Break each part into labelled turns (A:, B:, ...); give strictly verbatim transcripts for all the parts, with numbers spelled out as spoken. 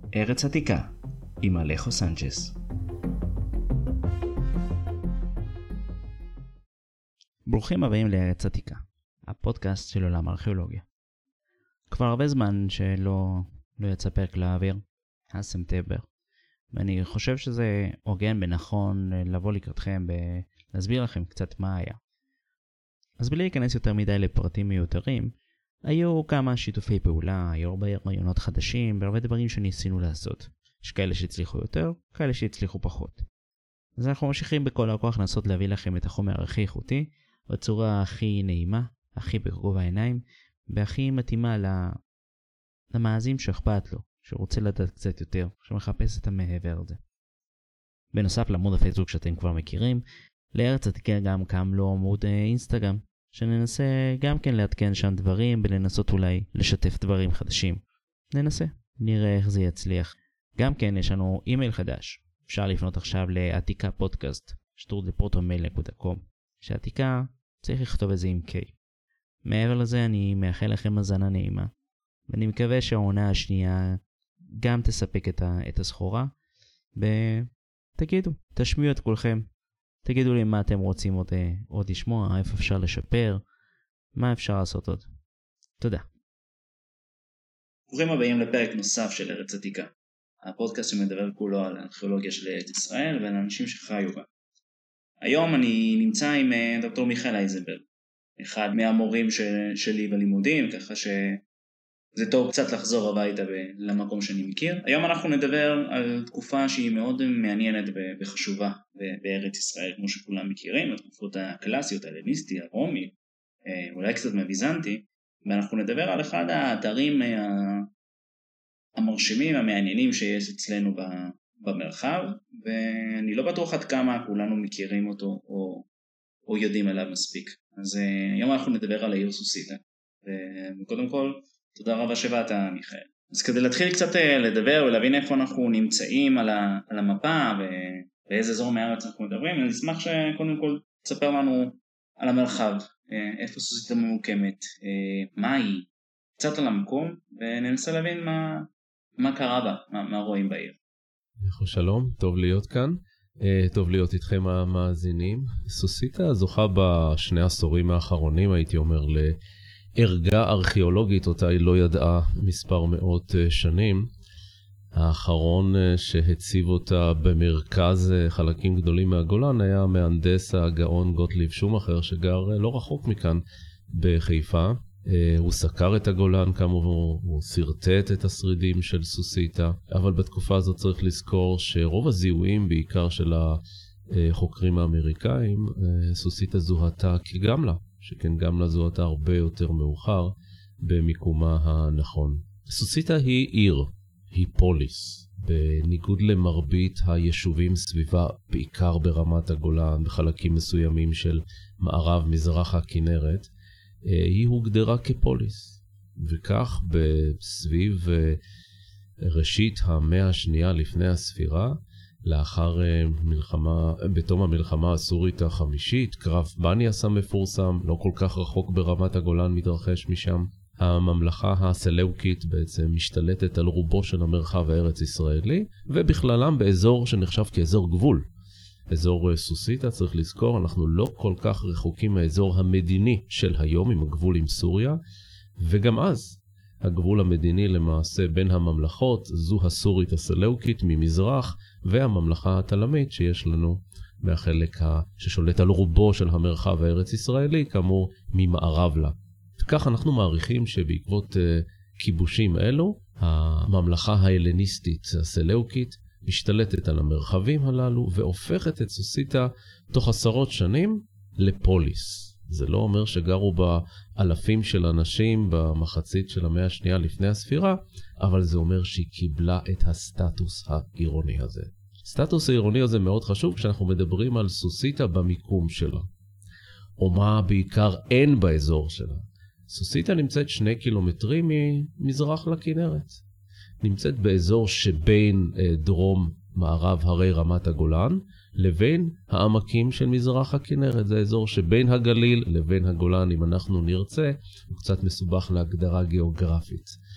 A: ארץ עתיקה עם אלחו סנצ'ס. ברוכים הבאים לארץ עתיקה, הפודקאסט של עולם הארכיאולוגיה. כבר הרבה זמן שלא לא יצא פרק לאוויר, הספטמבר, ואני חושב שזה הוגן ונכון לבוא לקראתכם ולהסביר לכם קצת מה היה. אז בלי להיכנס יותר מדי לפרטים מיותרים, היו כמה שיתופי פעולה, היו הרבה רעיונות חדשים והרבה דברים שניסינו לעשות. יש כאלה שהצליחו יותר, כאלה שהצליחו פחות. אז אנחנו ממשיכים בכל הכוח לנסות להביא לכם את החומר הכי איכותי, בצורה הכי נעימה, הכי בגובה העיניים, והכי מתאימה למאזין שאכפת לו, שרוצה לדעת קצת יותר, שמחפש את המעבר הזה. בנוסף לעמוד הפייסבוק שאתם כבר מכירים, לארץ עתיקה גם קם לו עמוד אינסטגרם, שננסה גם כן להתקן שם דברים ולנסות אולי לשתף דברים חדשים. ננסה, נראה איך זה יצליח. גם כן יש לנו אימייל חדש, אפשר לפנות עכשיו לעתיקה פודקאסט, שטרודל פרוטומייל נקודה קום, שעתיקה צריך לכתוב את זה עם K. מעבר לזה אני מאחל לכם הזנה נעימה, ואני מקווה שהעונה השנייה גם תספק את, ה- את הסחורה, ותגידו, תשמיעו את כולכם. תגידו לי מה אתם רוצים עוד, עוד לשמוע, איפה אפשר לשפר, מה אפשר לעשות עוד. תודה.
B: ברוכים הבאים לפרק נוסף של ארץ עתיקה, הפודקאסט שמדבר כולו על הארכיאולוגיה של ארץ ישראל ועל האנשים שחיו בה. היום אני נמצא עם דוקטור מיכאל אייזנברג, אחד מהמורים של, שלי בלימודים, ככה שזה טוב קצת לחזור הביתה למקום שאני מכיר. היום אנחנו נדבר על תקופה שהיא מאוד מעניינת וחשובה בארץ ישראל, כמו שכולם מכירים, התקופות הקלאסיות, ההלניסטי, הרומי, אולי קצת מהביזנטי, ואנחנו נדבר על אחד האתרים המרשימים, המעניינים שיש אצלנו במרחב, ואני לא בטוח עד כמה כולנו מכירים אותו או, או יודעים עליו מספיק. אז היום אנחנו נדבר על העיר סוסיתה, וקודם כל, תודה רבה שבאת מיכאל. אז כדי להתחיל קצת לדבר ולהבין איפה אנחנו נמצאים על, ה, על המפה ובאיזה אזור מהארץ אנחנו מדברים, אני אשמח שקודם כל תספר לנו על המרחב, איפה סוסיתה ממוקמת, מה היא, קצת על המקום, וננסה להבין מה, מה קרה בה, מה, מה רואים בעיר.
C: שלום, טוב להיות כאן, טוב להיות איתכם המאזינים. סוסיתה זוכה בשני עשורים האחרונים, הייתי אומר, לערגה ארכיאולוגית, אותה היא לא ידעה מספר מאות שנים. האחרון שהציב אותה במרכז חלקים גדולים מהגולן היה מהנדס הגאון גוטליב שומאכר, שגר לא רחוק מכאן בחיפה. הוא סקר את הגולן, כאמור, הוא סרטט את השרידים של סוסיתה, אבל בתקופה הזאת צריך לזכור שרוב הזיהויים, בעיקר של החוקרים האמריקאים, סוסיתה זוהתה כגמלה, שכן גמלה זוהתה הרבה יותר מאוחר במיקומה הנכון. סוסיתה היא עיר, היא פוליס, בניגוד למרבית היישובים סביבה, בעיקר ברמת הגולן, בחלקים מסוימים של מערב מזרח הכנרת, היא הוגדרה כפוליס, וכך בסביב ראשית המאה השנייה לפני הספירה, לאחר מלחמה, בתום המלחמה הסורית החמישית, קרב בניאס המפורסם, לא כל כך רחוק ברמת הגולן מתרחש משם, הממלכה הסלאוקית בעצם משתלטת על רובו של המרחב הארץ ישראלי, ובכללם באזור שנחשב כאזור גבול. אזור סוסיתה, צריך לזכור, אנחנו לא כל כך רחוקים מהאזור המדיני של היום עם הגבול עם סוריה, וגם אז הגבול המדיני למעשה בין הממלכות, זו הסורית הסלאוקית ממזרח, והממלכה התלמית שיש לנו מהחלק ששולט על רובו של המרחב הארץ ישראלי, כאמור ממערב לה. כך אנחנו מעריכים שבעקבות uh, כיבושים אלו, הממלכה ההלניסטית הסלאוקית משתלטת על המרחבים הללו והופכת את סוסיתה תוך עשרות שנים לפוליס. זה לא אומר שגרו בה אלפים של אנשים במחצית של המאה השנייה לפני הספירה, אבל זה אומר שהיא קיבלה את הסטטוס העירוני הזה. הסטטוס העירוני הזה מאוד חשוב כשאנחנו מדברים על סוסיתה במיקום שלה, או מה בעיקר אין באזור שלה. סוסיתה נמצאת שני קילומטרים ממזרח לכנרת. נמצאת באזור שבין דרום מערב הרי רמת הגולן לבין העמקים של מזרח הכנרת. זה אזור שבין הגליל לבין הגולן, אם אנחנו נרצה, הוא קצת מסובך להגדרה גיאוגרפית.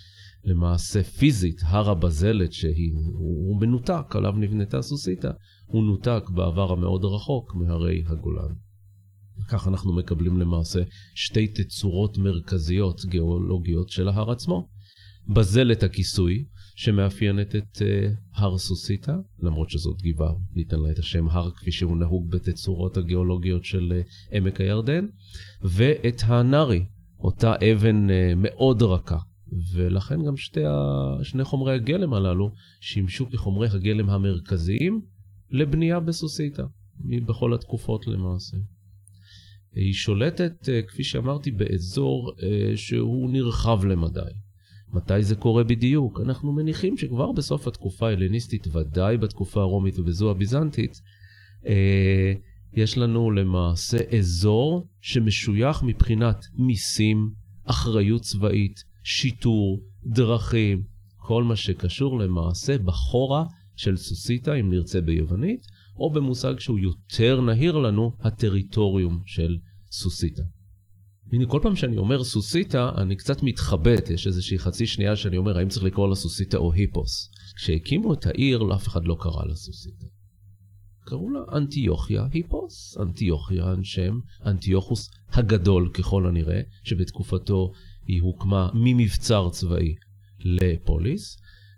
C: למעשה פיזית, הר הבזלת שהוא מנותק, עליו נבנתה סוסיתא, הוא נותק בעבר המאוד רחוק מהרי הגולן. וכך אנחנו מקבלים למעשה שתי תצורות מרכזיות גיאולוגיות של ההר עצמו. בזלת הכיסוי, שמאפיינת את uh, הר סוסיתא, למרות שזאת גבעה, ניתן לה את השם הר כפי שהוא נהוג בתצורות הגיאולוגיות של uh, עמק הירדן, ואת הנרי, אותה אבן uh, מאוד רכה. ולכן גם שתי ה... שני חומרי הגלם הללו שימשו כחומרי הגלם המרכזיים לבנייה בסוסיתא, בכל התקופות למעשה. היא שולטת, כפי שאמרתי, באזור שהוא נרחב למדי. מתי זה קורה בדיוק? אנחנו מניחים שכבר בסוף התקופה ההלניסטית, ודאי בתקופה הרומית ובזו הביזנטית, יש לנו למעשה אזור שמשוייך מבחינת מיסים, אחריות צבאית, שיטור, דרכים, כל מה שקשור למעשה בחורה של סוסיתא, אם נרצה ביוונית, או במושג שהוא יותר נהיר לנו, הטריטוריום של סוסיתא. הנה, כל פעם שאני אומר סוסיתא, אני קצת מתחבט, יש איזושהי חצי שנייה שאני אומר, האם צריך לקרוא לה סוסיתא או היפוס. כשהקימו את העיר, לאף אחד לא קרא לה סוסיתא. קראו לה אנטיוכיה היפוס, אנטיוכיה על שם אנטיוכוס הגדול ככל הנראה, שבתקופתו היא הוקמה ממבצר צבאי לפוליס,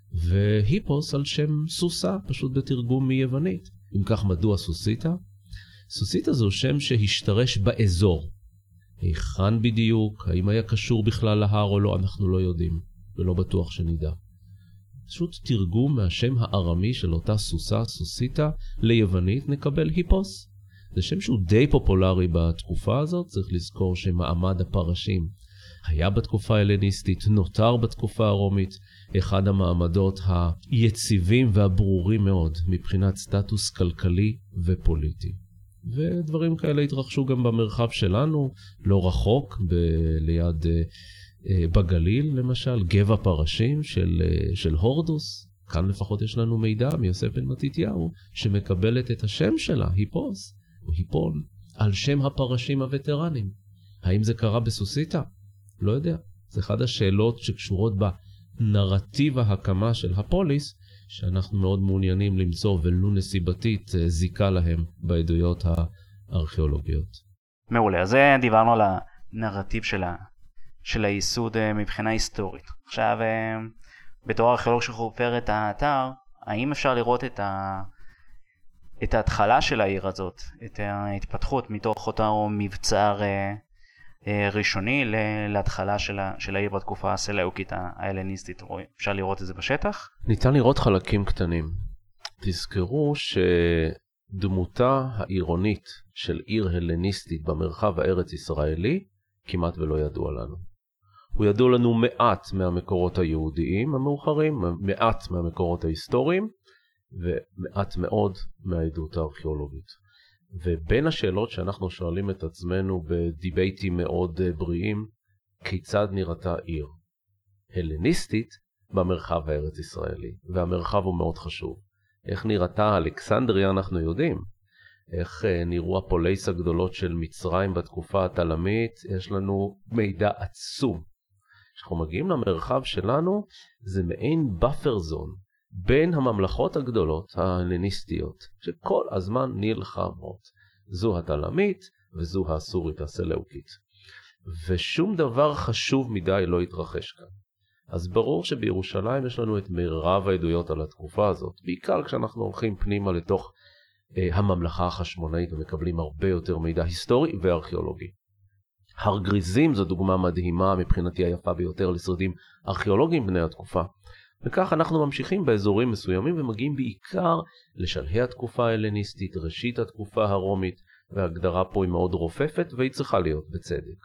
C: והיפוס על שם סוסה, פשוט בתרגום מיוונית. אם כך, מדוע סוסיתא? סוסיתא זו שם שהשתרש באזור. היכן בדיוק, האם היה קשור בכלל להר או לא, אנחנו לא יודעים, ולא בטוח שנדע. פשוט תרגום מהשם הארמי של אותה סוסה, סוסיתא, ליוונית, נקבל היפוס. זה שם שהוא די פופולרי בתקופה הזאת, צריך לזכור שמעמד הפרשים היה בתקופה ההלניסטית, נותר בתקופה הרומית, אחד המעמדות היציבים והברורים מאוד מבחינת סטטוס כלכלי ופוליטי. ודברים כאלה התרחשו גם במרחב שלנו, לא רחוק, ב- ליד uh, בגליל למשל, גבע פרשים של, uh, של הורדוס. כאן לפחות יש לנו מידע מיוסף בן מתתיהו, שמקבלת את השם שלה, היפוס, או היפון, על שם הפרשים הווטרנים. האם זה קרה בסוסיתא? לא יודע. זה אחת השאלות שקשורות בנרטיב ההקמה של הפוליס, שאנחנו מאוד מעוניינים למצוא ולו נסיבתית זיקה להם בעדויות הארכיאולוגיות.
A: מעולה, אז דיברנו על הנרטיב של, ה... של הייסוד מבחינה היסטורית. עכשיו, בתור הארכיאולוג שחופר את האתר, האם אפשר לראות את, ה... את ההתחלה של העיר הזאת, את ההתפתחות מתוך אותו מבצר ראשוני להתחלה של, ה... של העיר בתקופה הסלאוקית ההלניסטית? אפשר לראות את זה בשטח?
C: ניתן לראות חלקים קטנים. תזכרו שדמותה העירונית של עיר הלניסטית במרחב הארץ ישראלי כמעט ולא ידוע לנו. הוא ידוע לנו מעט מהמקורות היהודיים המאוחרים, מעט מהמקורות ההיסטוריים, ומעט מאוד מהעדות הארכיאולוגית. ובין השאלות שאנחנו שואלים את עצמנו בדיבייטים מאוד בריאים, כיצד נראתה עיר הלניסטית במרחב הארץ ישראלי? והמרחב הוא מאוד חשוב. איך נראתה אלכסנדריה אנחנו יודעים. איך נראו הפולייס הגדולות של מצרים בתקופה התלמית, יש לנו מידע עצום. כשאנחנו מגיעים למרחב שלנו, זה מעין באפר זון בין הממלכות הגדולות ההלניסטיות, שכל הזמן נלחמות. זו התלמית וזו הסורית הסלאוקית. ושום דבר חשוב מדי לא התרחש כאן. אז ברור שבירושלים יש לנו את מירב העדויות על התקופה הזאת, בעיקר כשאנחנו הולכים פנימה לתוך אה, הממלכה החשמונאית ומקבלים הרבה יותר מידע היסטורי וארכיאולוגי. הר גריזים זו דוגמה מדהימה, מבחינתי היפה ביותר לשרידים ארכיאולוגיים בני התקופה. וכך אנחנו ממשיכים באזורים מסוימים ומגיעים בעיקר לשלהי התקופה ההלניסטית, ראשית התקופה הרומית, וההגדרה פה היא מאוד רופפת והיא צריכה להיות בצדק.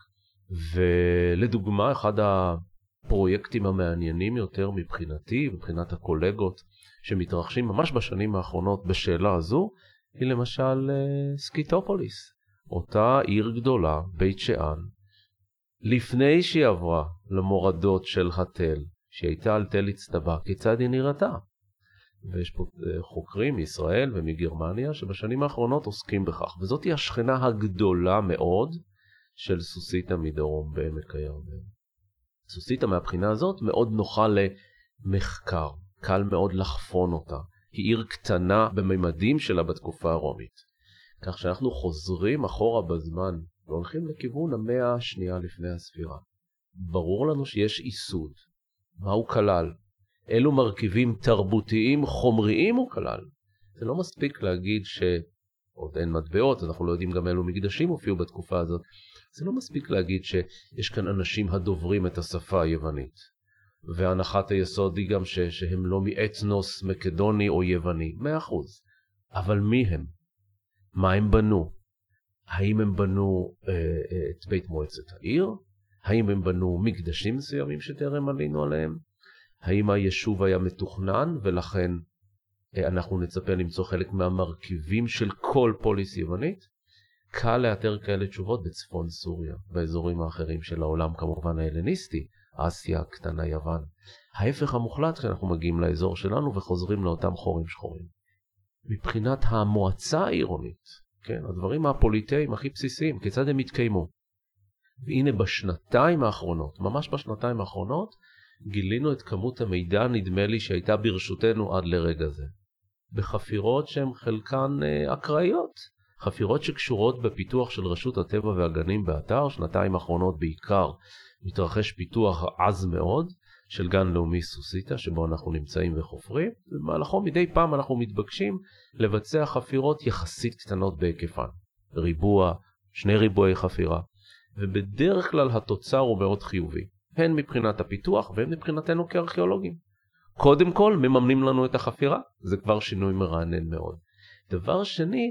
C: ולדוגמה, אחד הפרויקטים המעניינים יותר מבחינתי, מבחינת הקולגות שמתרחשים ממש בשנים האחרונות בשאלה הזו, היא למשל סקיטופוליס, אותה עיר גדולה, בית שאן, לפני שהיא עברה למורדות של התל, שהייתה על תל אצטבה, כיצד היא נראתה. ויש פה חוקרים מישראל ומגרמניה שבשנים האחרונות עוסקים בכך, וזאת היא השכנה הגדולה מאוד של סוסיתא מדרום בעמק הירדן. סוסיתא מהבחינה הזאת מאוד נוחה למחקר, קל מאוד לחפון אותה. היא עיר קטנה בממדים שלה בתקופה הרומית. כך שאנחנו חוזרים אחורה בזמן והולכים לכיוון המאה השנייה לפני הספירה. ברור לנו שיש איסוד. מה הוא כלל? אילו מרכיבים תרבותיים חומריים הוא כלל? זה לא מספיק להגיד שעוד אין מטבעות, אנחנו לא יודעים גם אילו מקדשים הופיעו בתקופה הזאת. זה לא מספיק להגיד שיש כאן אנשים הדוברים את השפה היוונית. והנחת היסוד היא גם ש, שהם לא מאתנוס מקדוני או יווני, מאה אחוז. אבל מי הם? מה הם בנו? האם הם בנו אה, אה, את בית מועצת העיר? האם הם בנו מקדשים מסוימים שטרם עלינו עליהם? האם היישוב היה מתוכנן ולכן אה, אנחנו נצפה למצוא חלק מהמרכיבים של כל פוליס יוונית? קל לאתר כאלה תשובות בצפון סוריה, באזורים האחרים של העולם כמובן ההלניסטי, אסיה, קטנה יוון. ההפך המוחלט כשאנחנו מגיעים לאזור שלנו וחוזרים לאותם חורים שחורים. מבחינת המועצה העירונית, כן, הדברים הפוליטיים הכי בסיסיים, כיצד הם התקיימו. והנה בשנתיים האחרונות, ממש בשנתיים האחרונות, גילינו את כמות המידע נדמה לי שהייתה ברשותנו עד לרגע זה. בחפירות שהן חלקן אה, אקראיות, חפירות שקשורות בפיתוח של רשות הטבע והגנים באתר, שנתיים האחרונות בעיקר מתרחש פיתוח עז מאוד של גן לאומי סוסיתא, שבו אנחנו נמצאים וחופרים, ובמהלכו מדי פעם אנחנו מתבקשים לבצע חפירות יחסית קטנות בהיקפן. ריבוע, שני ריבועי חפירה, ובדרך כלל התוצר הוא מאוד חיובי, הן מבחינת הפיתוח והן מבחינתנו כארכיאולוגים. קודם כל מממנים לנו את החפירה, זה כבר שינוי מרענן מאוד. דבר שני,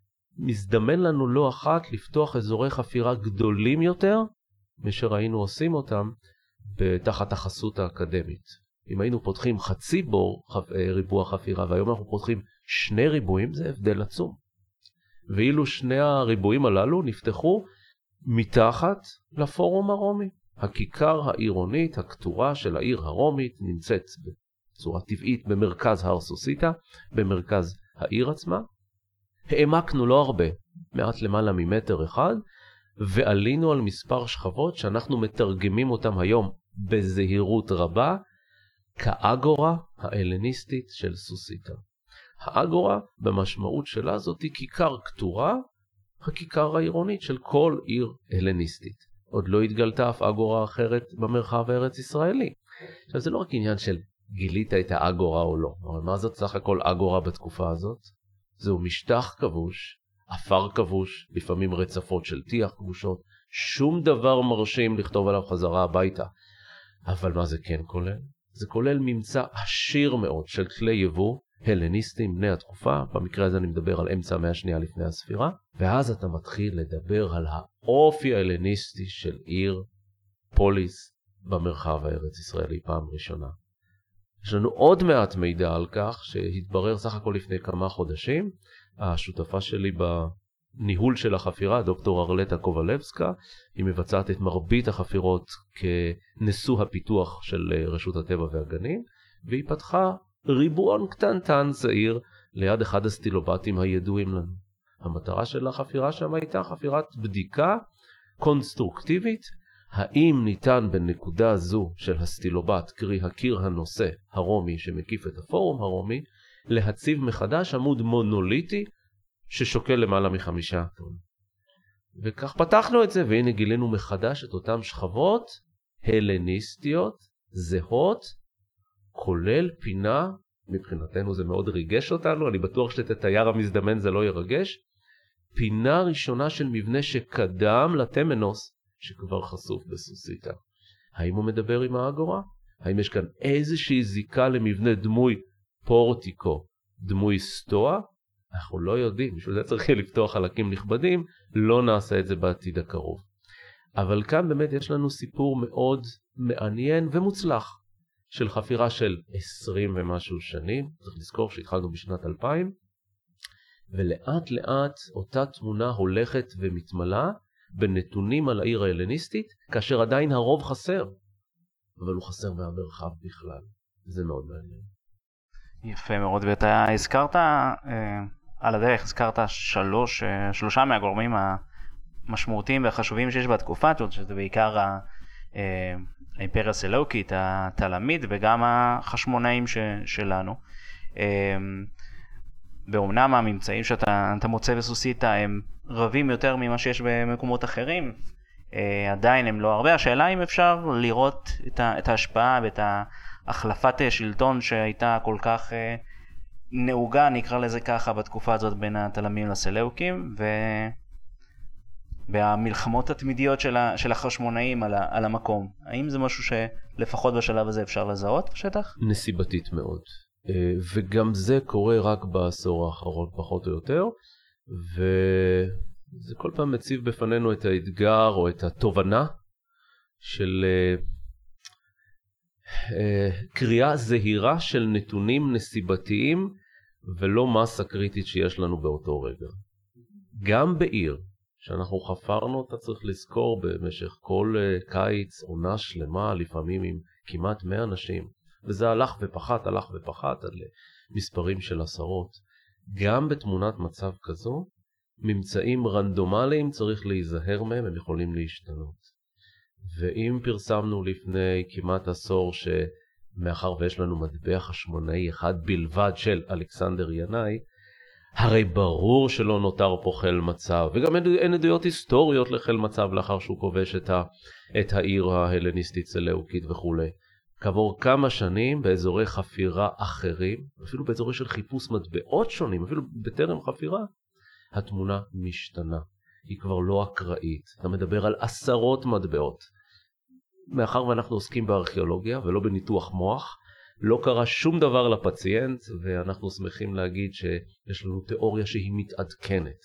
C: מזדמן לנו לא אחת לפתוח אזורי חפירה גדולים יותר, משראינו עושים אותם בתחת החסות האקדמית. אם היינו פותחים חצי בור ריבוע חפירה, והיום אנחנו פותחים שני ריבועים, זה הבדל עצום. ואילו שני הריבועים הללו נפתחו מתחת לפורום הרומי. הכיכר העירונית, הכתורה של העיר הרומית, נמצאת בצורה טבעית במרכז הר סוסיתא, במרכז העיר עצמה. העמקנו לא הרבה, מעט למעלה ממטר אחד, ועלינו על מספר שכבות שאנחנו מתרגמים אותם היום בזהירות רבה, כאגורה ההלניסטית של סוסיתא. האגורה במשמעות שלה זאת היא כיכר כתורה, הכיכר העירונית של כל עיר הלניסטית. עוד לא התגלתה אף אגורה אחרת במרחב הארץ ישראלי. עכשיו זה לא רק עניין של גילית את האגורה או לא, אבל מה זאת סך הכל אגורה בתקופה הזאת? זהו משטח כבוש, אפר כבוש, לפעמים רצפות של טיח כבושות, שום דבר מרשים לכתוב עליו חזרה הביתה. אבל מה זה כן כולל? זה כולל ממצא עשיר מאוד של כלי יבוא הלניסטים בני התקופה, במקרה הזה אני מדבר על אמצע המאה השנייה לפני הספירה, ואז אתה מתחיל לדבר על האופי ההלניסטי של עיר פוליס במרחב הארץ ישראלי פעם ראשונה. יש לנו עוד מעט מידע על כך שהתברר סך הכל לפני כמה חודשים, השותפה שלי בניהול של החפירה, דוקטור ארלטה קובלבסקה, היא מבצעת את מרבית החפירות כנשוא הפיתוח של רשות הטבע והגנים, והיא פתחה ריבועון קטנטן צעיר ליד אחד הסטילובטים הידועים לנו. המטרה של החפירה שם הייתה חפירת בדיקה קונסטרוקטיבית, האם ניתן בנקודה זו של הסטילובט, קרי הקיר הנושא הרומי שמקיף את הפורום הרומי, להציב מחדש עמוד מונוליטי ששוקל למעלה מחמישה טון. וכך פתחנו את זה, והנה גילינו מחדש את אותם שכבות הלניסטיות, זהות, כולל פינה, מבחינתנו זה מאוד ריגש אותנו, אני בטוח שאת התייר המזדמן זה לא ירגש, פינה ראשונה של מבנה שקדם לתמנוס, שכבר חשוף בסוסיתא. האם הוא מדבר עם האגורה? האם יש כאן איזושהי זיקה למבנה דמוי פורטיקו, דמוי סטואה? אנחנו לא יודעים, בשביל זה צריכים לפתוח חלקים נכבדים, לא נעשה את זה בעתיד הקרוב. אבל כאן באמת יש לנו סיפור מאוד מעניין ומוצלח, של חפירה של עשרים ומשהו שנים, צריך לזכור שהתחלנו בשנת אלפיים, ולאט לאט אותה תמונה הולכת ומתמלאה, בנתונים על העיר ההלניסטית, כאשר עדיין הרוב חסר, אבל הוא חסר מהמרחב בכלל. זה מאוד מעניין.
A: יפה מאוד, ואתה הזכרת, אה, על הדרך הזכרת שלוש, אה, שלושה מהגורמים המשמעותיים והחשובים שיש בתקופה, שזה בעיקר האימפריה הסלאוקית, התלמית וגם החשמונאים ש, שלנו. באומנם הממצאים שאתה מוצא בסוסיתא הם רבים יותר ממה שיש במקומות אחרים, עדיין הם לא הרבה. השאלה אם אפשר לראות את ההשפעה ואת החלפת שלטון שהייתה כל כך נהוגה, נקרא לזה ככה, בתקופה הזאת בין התלמים לסלאוקים, והמלחמות התמידיות של החשמונאים על המקום. האם זה משהו שלפחות בשלב הזה אפשר לזהות בשטח?
C: נסיבתית מאוד. וגם זה קורה רק בעשור האחרון פחות או יותר, וזה כל פעם מציב בפנינו את האתגר או את התובנה של קריאה זהירה של נתונים נסיבתיים ולא מסה קריטית שיש לנו באותו רגע. גם בעיר שאנחנו חפרנו אותה, צריך לזכור, במשך כל קיץ, עונה שלמה, לפעמים עם כמעט מאה אנשים, וזה הלך ופחת, הלך ופחת עד למספרים של עשרות. גם בתמונת מצב כזו, ממצאים רנדומליים צריך להיזהר מהם, הם יכולים להשתנות. ואם פרסמנו לפני כמעט עשור שמאחר ויש לנו מטבע חשמונאי אחד בלבד של אלכסנדר ינאי, הרי ברור שלא נותר פה חיל מצב, וגם אין עדויות היסטוריות לחיל מצב לאחר שהוא כובש את, ה, את העיר ההלניסטית סלאוקית וכו'. כעבור כמה שנים באזורי חפירה אחרים, אפילו באזורי של חיפוש מטבעות שונים, אפילו בטרם חפירה, התמונה משתנה. היא כבר לא אקראית. אתה מדבר על עשרות מטבעות. מאחר ואנחנו עוסקים בארכיאולוגיה ולא בניתוח מוח, לא קרה שום דבר לפציינט, ואנחנו שמחים להגיד שיש לנו תיאוריה שהיא מתעדכנת.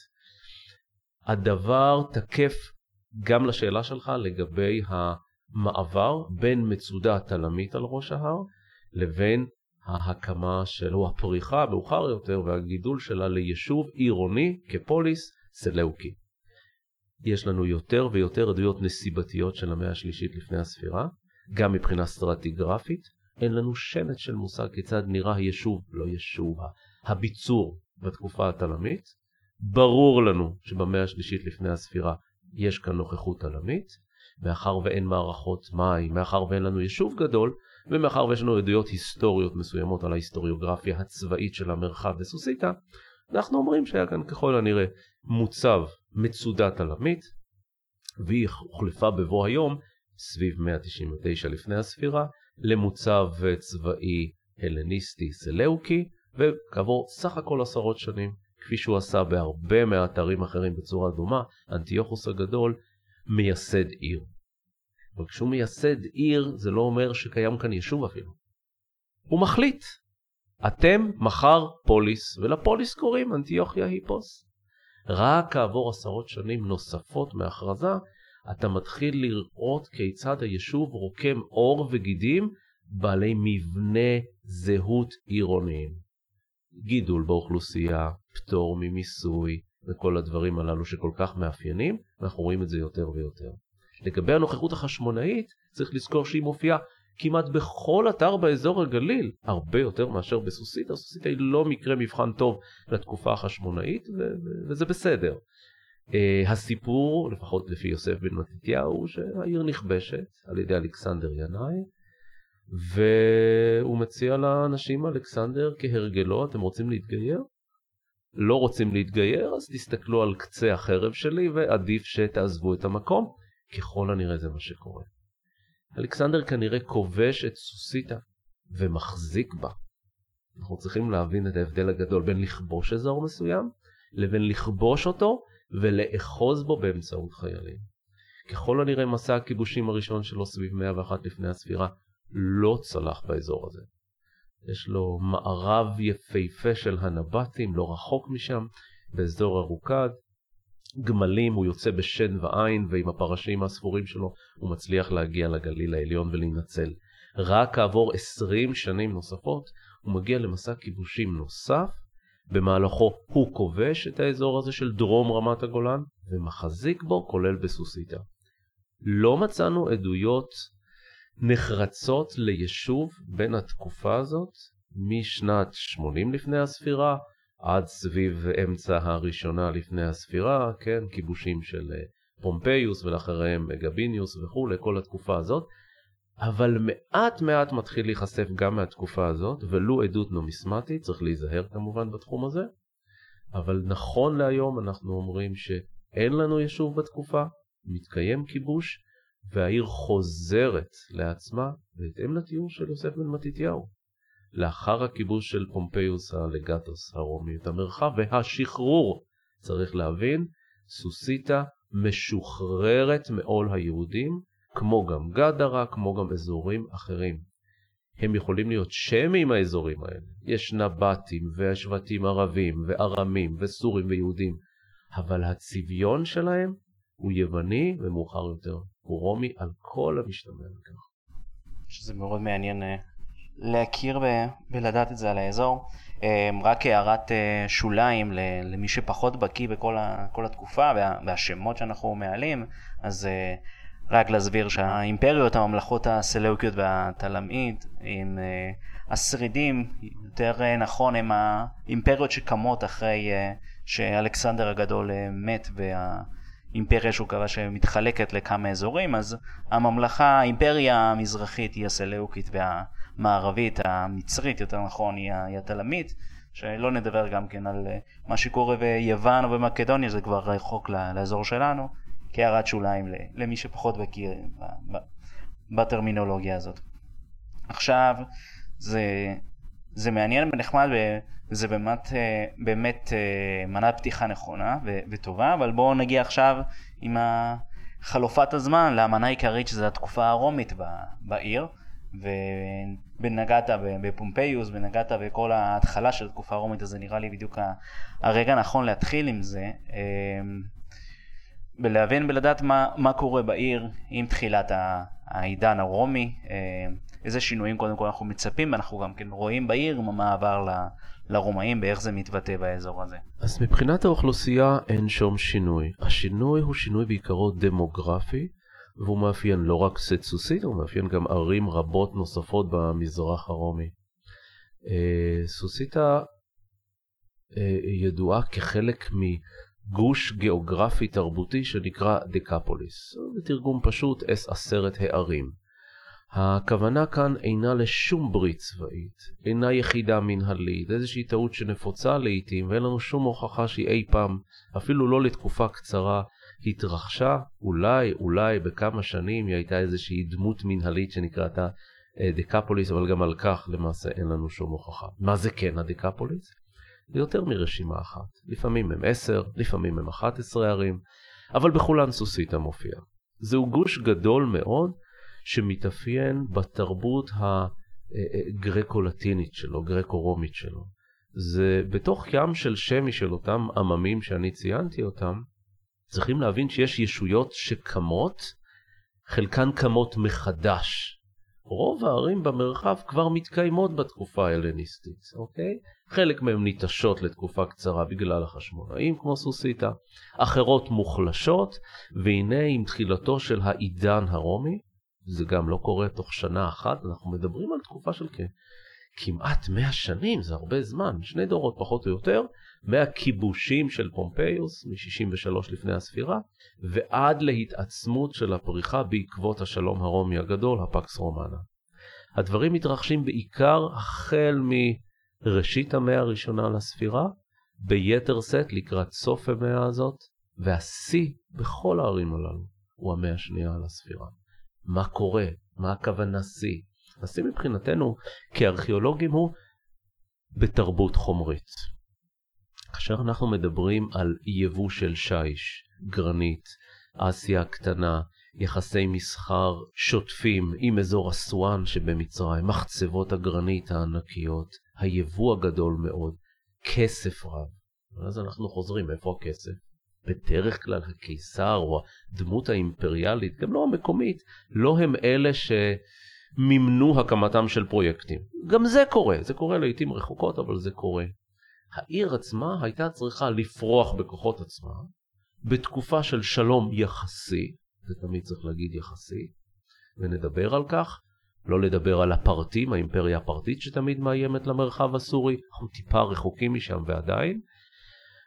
C: הדבר תקף גם לשאלה שלך לגבי המעבר בין מצודה תלמית על ראש ההר, לבין ההקמה שלו, הפריחה מאוחר יותר, והגידול שלה ליישוב עירוני כפוליס סלאוקי. יש לנו יותר ויותר עדויות נסיבתיות של המאה השלישית לפני הספירה, גם מבחינה סטרטיגרפית. אין לנו שמץ של מושג כיצד נראה היישוב, לא יישוב, הביצור בתקופה התלמית. ברור לנו שבמאה השלישית לפני הספירה יש כאן נוכחות תלמית, מאחר ואין מערכות מים, מאחר ואין לנו יישוב גדול, ומאחר ויש לנו עדויות היסטוריות מסוימות על ההיסטוריוגרפיה הצבאית של המרחב וסוסיתא, אנחנו אומרים שהיה כאן ככל הנראה מוצב מצודה תלמית, והיא הוחלפה בבוא היום, סביב מאה תשעים ותשע לפני הספירה, למוצב צבאי הלניסטי סלאוקי, וכעבור סך הכל עשרות שנים, כפי שהוא עשה בהרבה מהאתרים אחרים בצורה דומה, אנטיוכוס הגדול מייסד עיר. וכשהוא מייסד עיר, זה לא אומר שקיים כאן יישוב אפילו. הוא מחליט. אתם מחר פוליס, ולפוליס קוראים אנטיוכיה היפוס. רק כעבור עשרות שנים נוספות מהכרזה, אתה מתחיל לראות כיצד היישוב רוקם אור וגידים בעלי מבנה זהות עירוניים. גידול באוכלוסייה, פטור ממיסוי וכל הדברים הללו שכל כך מאפיינים, אנחנו רואים את זה יותר ויותר. לגבי הנוכחות החשמונאית, צריך לזכור שהיא מופיעה כמעט בכל אתר באזור הגליל, הרבה יותר מאשר בסוסיתא. סוסיתא היא לא מקרה מבחן טוב לתקופה החשמונאית, ו- וזה בסדר. Uh, הסיפור, לפחות לפי יוסף בן מתתיהו, שהעיר נכבשת על ידי אלכסנדר ינאי, והוא מציע לאנשים אלכסנדר כהרגלו, אתם רוצים להתגייר? לא רוצים להתגייר, אז תסתכלו על קצה החרב שלי ועדיף שתעזבו את המקום. ככל הנראה זה מה שקורה. אלכסנדר כנראה כובש את סוסיתא ומחזיק בה. אנחנו צריכים להבין את ההבדל הגדול בין לכבוש אזור מסוים לבין לכבוש אותו ולאחוז בו באמצעות חיילים. ככל הנראה מסע הכיבושים הראשון שלו סביב מאה ואחת לפני הספירה לא צלח באזור הזה. יש לו מערב יפהפה של הנבטים, לא רחוק משם, באזור הרוקד. גמלים, הוא יוצא בשן ועין, ועם הפרשים הספורים שלו הוא מצליח להגיע לגליל העליון ולהינצל. רק כעבור עשרים שנים נוספות הוא מגיע למסע כיבושים נוסף, במהלכו הוא כובש את האזור הזה של דרום רמת הגולן ומחזיק בו כולל בסוסיתא. לא מצאנו עדויות נחרצות ליישוב בין התקופה הזאת משנת שמונים לפני הספירה עד סביב אמצע הראשונה לפני הספירה, כן, כיבושים של פומפיוס ולאחריהם גביניוס וכו', לכל התקופה הזאת, אבל מעט מעט מתחיל להיחשף גם מהתקופה הזאת, ולו עדות נומיסמטית, צריך להיזהר כמובן בתחום הזה, אבל נכון להיום אנחנו אומרים שאין לנו יישוב בתקופה, מתקיים כיבוש, והעיר חוזרת לעצמה בהתאם לתיאור של יוסף בן מתתיהו. לאחר הכיבוש של פומפיוס הלגטוס הרומי את המרחב והשחרור, צריך להבין, סוסיתא משוחררת מעול היהודים, כמו גם גדרה, כמו גם אזורים אחרים. הם יכולים להיות שמיים האזורים האלה. יש נבטים והשבטים ערבים וארמים וסורים ויהודים, אבל הצביון שלהם הוא יווני ומאוחר יותר הוא רומי על כל המשתמע לכך.
A: שזה מאוד מעניין להכיר ולדעת את זה על האזור. רק הערת שוליים למי שפחות בקיא בכל כל התקופה והשמות שאנחנו מעלים, אז רק להסביר שהאימפריות, הממלכות הסלאוקיות והתלמיד, עם השרידים, יותר נכון, הם האימפריות שקמות אחרי שאלכסנדר הגדול מת והאימפריה שהוא קבע שמתחלקת לכמה אזורים. אז הממלכה, האימפריה המזרחית היא הסלאוקית והמערבית, המצרית יותר נכון, היא התלמית, שלא נדבר גם כן על מה שקורה ביוון או במקדוניה, זה כבר רחוק לאזור שלנו. כהערת שוליים למי שפחות מכיר בטרמינולוגיה הזאת. עכשיו, זה, זה מעניין ונחמד, וזה באמת, באמת מנה פתיחה נכונה וטובה, אבל בואו נגיע עכשיו עם חלופת הזמן למנה העיקרית, שזה התקופה הרומית בעיר, ובנגעת בפומפיוס, בנגעת בכל ההתחלה של התקופה הרומית, אז זה נראה לי בדיוק הרגע נכון להתחיל עם זה. ולהבין ולדעת מה, מה קורה בעיר עם תחילת העידן הרומי, איזה שינויים קודם כל אנחנו מצפים, ואנחנו גם כן רואים בעיר עם המעבר ל, לרומאים, באיך זה מתבטא באזור הזה.
C: אז מבחינת האוכלוסייה אין שום שינוי. השינוי הוא שינוי בעיקרו דמוגרפי, והוא מאפיין לא רק סוסית, הוא מאפיין גם ערים רבות נוספות במזרח הרומי. סוסיתא ידועה כחלק מ... גוש גיאוגרפי תרבותי שנקרא דקפוליס. בתרגום פשוט אס עשרת הערים. הכוונה כאן אינה לשום ברית צבאית, אינה יחידה מנהלית, איזושהי טעות שנפוצה לעתים, ואין לנו שום הוכחה שהיא אי פעם, אפילו לא לתקופה קצרה, התרחשה. אולי, אולי בכמה שנים היא הייתה איזושהי דמות מנהלית שנקראתה דקפוליס, אבל גם על כך למעשה אין לנו שום הוכחה. מה זה כן הדקפוליס? זה יותר מרשימה אחת. לפעמים הם עשר, לפעמים הם אחת עשרה ערים, אבל בכולן סוסיתא מופיע. זהו גוש גדול מאוד שמתאפיין בתרבות הגרקו-לטינית שלו, גרקו-רומית שלו. זה בתוך ים של שמי של אותם עממים שאני ציינתי אותם, צריכים להבין שיש ישויות שקמות, חלקן קמות מחדש. רוב הערים במרחב כבר מתקיימות בתקופה ההלניסטית, אוקיי? חלק מהם ניטשות לתקופה קצרה בגלל החשמונאים כמו סוסיתא, אחרות מוחלשות, והנה עם תחילתו של העידן הרומי, זה גם לא קורה תוך שנה אחת, אנחנו מדברים על תקופה של כמעט מאה שנים, זה הרבה זמן, שני דורות פחות או יותר, מהכיבושים של פומפיוס, מ-שישים ושלוש לפני הספירה, ועד להתעצמות של הפריחה בעקבות השלום הרומי הגדול, הפקס רומנה. הדברים מתרחשים בעיקר החל מראשית המאה הראשונה לספירה, ביתר סט לקראת סוף המאה הזאת, והשיא בכל הערים הללו הוא המאה השנייה לספירה. מה קורה? מה הכוונה שיא? השיא מבחינתנו כארכיאולוגים הוא בתרבות חומרית. כאשר אנחנו מדברים על יבוא של שיש, גרנית, אסיה הקטנה, יחסי מסחר שוטפים עם אזור אסואן שבמצרים, מחצבות הגרנית הענקיות, היבוא הגדול מאוד, כסף רב. אז אנחנו חוזרים, איפה הכסף? בדרך כלל הקיסר או הדמות האימפריאלית, גם לא המקומית, לא הם אלה שמימנו הקמתם של פרויקטים. גם זה קורה, זה קורה לעתים רחוקות, אבל זה קורה. העיר עצמה הייתה צריכה לפרוח בכוחות עצמה, בתקופה של שלום יחסי, זה תמיד צריך להגיד יחסי, ונדבר על כך, לא לדבר על הפרטים, האימפריה הפרטית שתמיד מאיימת למרחב הסורי, אנחנו טיפה רחוקים משם ועדיין,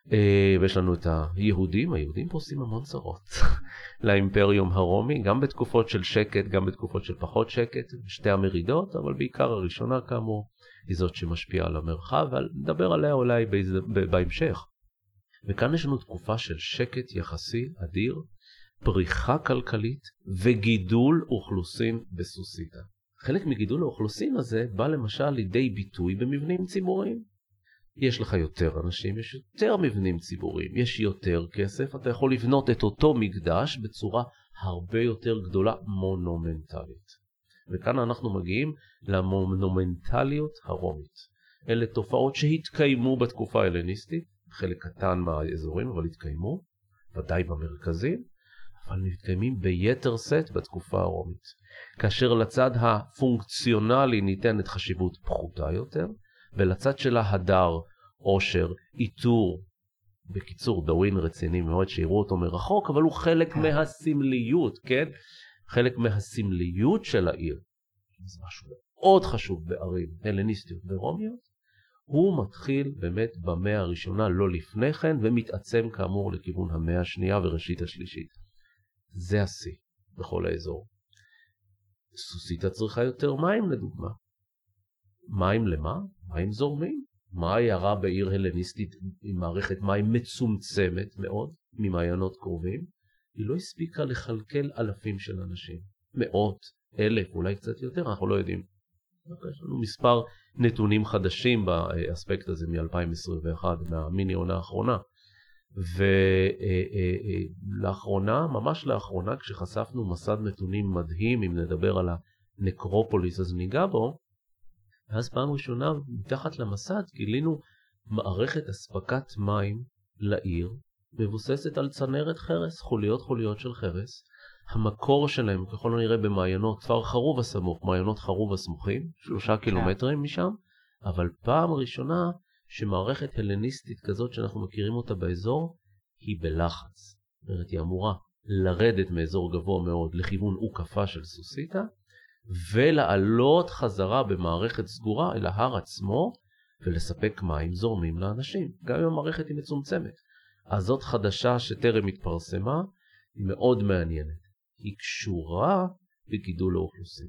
C: ויש לנו את היהודים, היהודים פה עושים המון צרות לאימפריום הרומי, גם בתקופות של שקט, גם בתקופות של פחות שקט, שתי המרידות, אבל בעיקר הראשונה כאמור, היא זאת שמשפיעה על המרחב, ונדבר עליה אולי בהמשך. וכאן יש לנו תקופה של שקט יחסי אדיר, פריחה כלכלית וגידול אוכלוסין בסוסיתא. חלק מגידול האוכלוסין הזה בא למשל לידי ביטוי במבנים ציבוריים. יש לך יותר אנשים, יש יותר מבנים ציבוריים, יש יותר כסף, אתה יכול לבנות את אותו מקדש בצורה הרבה יותר גדולה, מונומנטלית. וכאן אנחנו מגיעים למונומנטליות הרומית. אלה תופעות שהתקיימו בתקופה ההלניסטית, חלק קטן מהאזורים, אבל התקיימו, ודאי במרכזים, אבל מתקיימים ביתר סט בתקופה הרומית. כאשר לצד הפונקציונלי ניתנת חשיבות פחותה יותר, ולצד שלה הדר, עושר, איתור, בקיצור דאווין רציני מאוד שיראו אותו מרחוק, אבל הוא חלק מהסמליות, כן? חלק מהסמליות של העיר. זה משהו מאוד חשוב בערים הלניסטיות ורומיות. הוא מתחיל באמת במאה הראשונה, לא לפני כן, ומתעצם כאמור לכיוון המאה השנייה וראשית השלישית. זה השיא בכל האזור. סוסיתא צריכה יותר מים לדוגמה. מים למה? מים זורמים. מה ירה בעיר הלניסטית עם מערכת מים מצומצמת מאוד, ממעיינות קרובים? היא לא הספיקה לכלכל אלפים של אנשים. מאות, אלף, אולי קצת יותר, אנחנו לא יודעים. יש לנו מספר נתונים חדשים באספקט הזה מ-אלפיים עשרים ואחת, מהמיני עונה האחרונה. ולאחרונה, ממש לאחרונה, כשחשפנו מסד נתונים מדהים, אם נדבר על הנקרופוליס, אז ניגע בו, ואז פעם ראשונה, מתחת למסד, גילינו מערכת אספקת מים לעיר, מבוססת על צנרת חרס, חוליות חוליות של חרס. המקור שלהם, ככל הנראה במעיינות, כפר חרוב הסמוך, מעיינות חרוב הסמוכים, שלושה קילומטרים משם, אבל פעם ראשונה, שמערכת הלניסטית כזאת שאנחנו מכירים אותה באזור, היא בלחץ. זאת אומרת, היא אמורה לרדת מאזור גבוה מאוד לכיוון עוקפה של סוסיתא, ולעלות חזרה במערכת סגורה אל ההר עצמו, ולספק מים זורמים לאנשים, גם אם המערכת היא מצומצמת. אז זאת חדשה שטרם התפרסמה, היא מאוד מעניינת. היא קשורה בגידול האוכלוסין.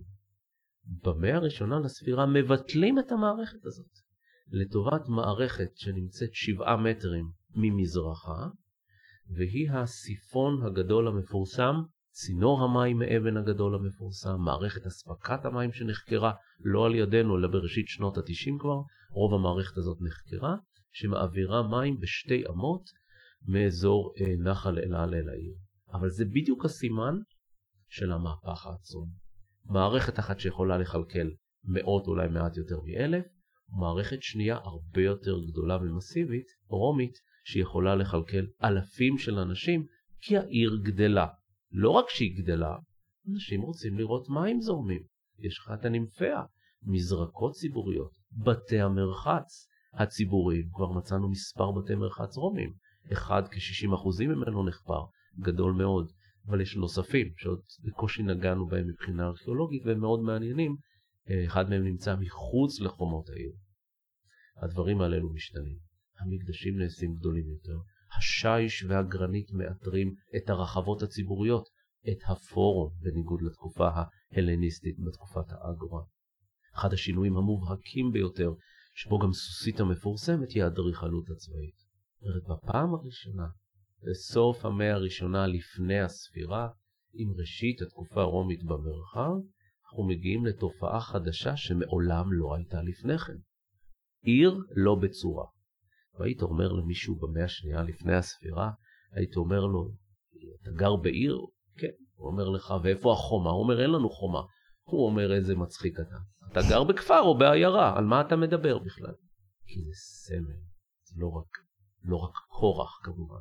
C: במאה הראשונה לספירה מבטלים את המערכת הזאת, לטובת מערכת שנמצאת שבעה מטרים ממזרחה, והיא הסיפון הגדול המפורסם, צינור המים מאבן הגדול המפורסם, מערכת אספקת המים שנחקרה, לא על ידינו, אלא בראשית שנות ה-תשעים כבר, רוב המערכת הזאת נחקרה, שמעבירה מים בשתי אמות מאזור אה, נחל אל-על אל העיר. אבל זה בדיוק הסימן של המהפך העצום. מערכת אחת שיכולה לכלכל מאות, אולי מעט יותר מאלף, ומערכת שנייה הרבה יותר גדולה ומסיבית, רומית, שיכולה לכלכל אלפים של אנשים, כי העיר גדלה. לא רק שהיא גדלה, אנשים רוצים לראות מים זורמים. יש לך את הנימפיה, מזרקות ציבוריות, בתי המרחץ הציבוריים. כבר מצאנו מספר בתי מרחץ רומים. אחד כ-שישים אחוזים ממנו נחפר, גדול מאוד. אבל יש נוספים שעוד בקושי נגענו בהם מבחינה ארכיאולוגית, והם מאוד מעניינים. אחד מהם נמצא מחוץ לחומות העיר. הדברים האלו משתנים. המקדשים נעשים גדולים יותר. השיש והגרנית מאתרים את הרחבות הציבוריות, את הפורום, בניגוד לתקופה ההלניסטית בתקופת האגורה. אחד השינויים המובהקים ביותר, שבו גם סוסיתא מפורסמת, היא האדריכלות הצבאית. בפעם הראשונה, בסוף המאה הראשונה לפני הספירה, עם ראשית התקופה הרומית במרחב, אנחנו מגיעים לתופעה חדשה שמעולם לא הייתה לפני כן. עיר לא בצורה. והיית אומר למישהו במאה השנייה לפני הספירה, היית אומר לו, אתה גר בעיר? כן. הוא אומר לך, ואיפה החומה? הוא אומר, אין לנו חומה. הוא אומר, איזה מצחיק אתה. אתה גר בכפר או בעיירה, על מה אתה מדבר בכלל? כי זה סמל, זה לא רק, לא רק כורח כמובן.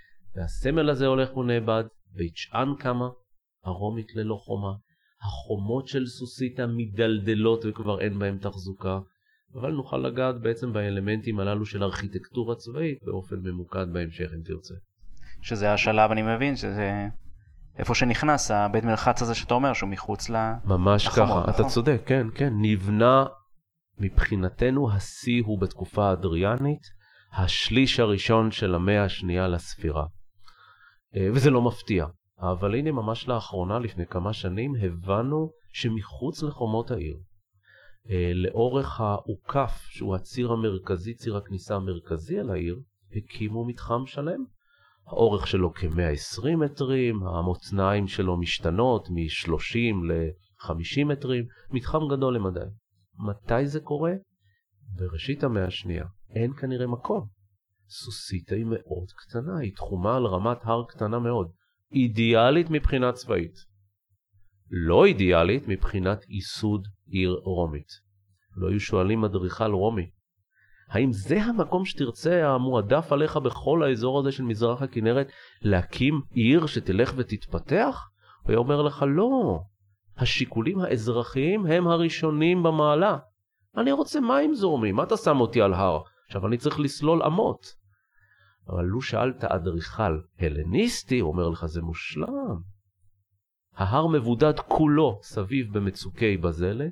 C: והסמל הזה הולך ונאבד, בית שאן קמה, הרומית ללא חומה, החומות של סוסיתא מדלדלות וכבר אין בהם תחזוקה, אבל נוכל לגעת בעצם באלמנטים הללו של ארכיטקטורה צבאית באופן ממוקד בהמשך אם תרצה.
A: שזה השלב, אני מבין, שזה איפה שנכנס הבית מרחץ הזה שאתה אומר, שהוא מחוץ לחומות.
C: ממש ככה, אתה צודק, כן, כן, נבנה מבחינתנו, השיא הוא בתקופה האדריאנית, השליש הראשון של המאה השנייה לספירה. וזה לא מפתיע. אבל הנה ממש לאחרונה, לפני כמה שנים, הבנו שמחוץ לחומות העיר, לאורך העוקף, שהוא הציר המרכזי, ציר הכניסה המרכזי על העיר, הקימו מתחם שלם. האורך שלו כ-מאה ועשרים מטרים, המותניים שלו משתנות מ-שלושים ל-חמישים מטרים, מתחם גדול למדי. מתי זה קורה? בראשית המאה השנייה. אין כנראה מקום. סוסיתא היא מאוד קטנה, היא תחומה על רמת הר קטנה מאוד. אידיאלית מבחינה צבאית. לא אידיאלית מבחינת ייסוד עיר רומית. לא היו שואלים אדריכל רומי, האם זה המקום שתרצה המועדף עליך בכל האזור הזה של מזרח הכנרת, להקים עיר שתלך ותתפתח? הוא היה אומר לך, לא. השיקולים האזרחיים הם הראשונים במעלה. אני רוצה מים זורמים, מה אתה שם אותי על הר? עכשיו אני צריך לסלול אמות. אבל לו שאלת אדריכל הלניסטי, הוא אומר לך, זה מושלם. ההר מבודד כולו סביב במצוקי בזלת.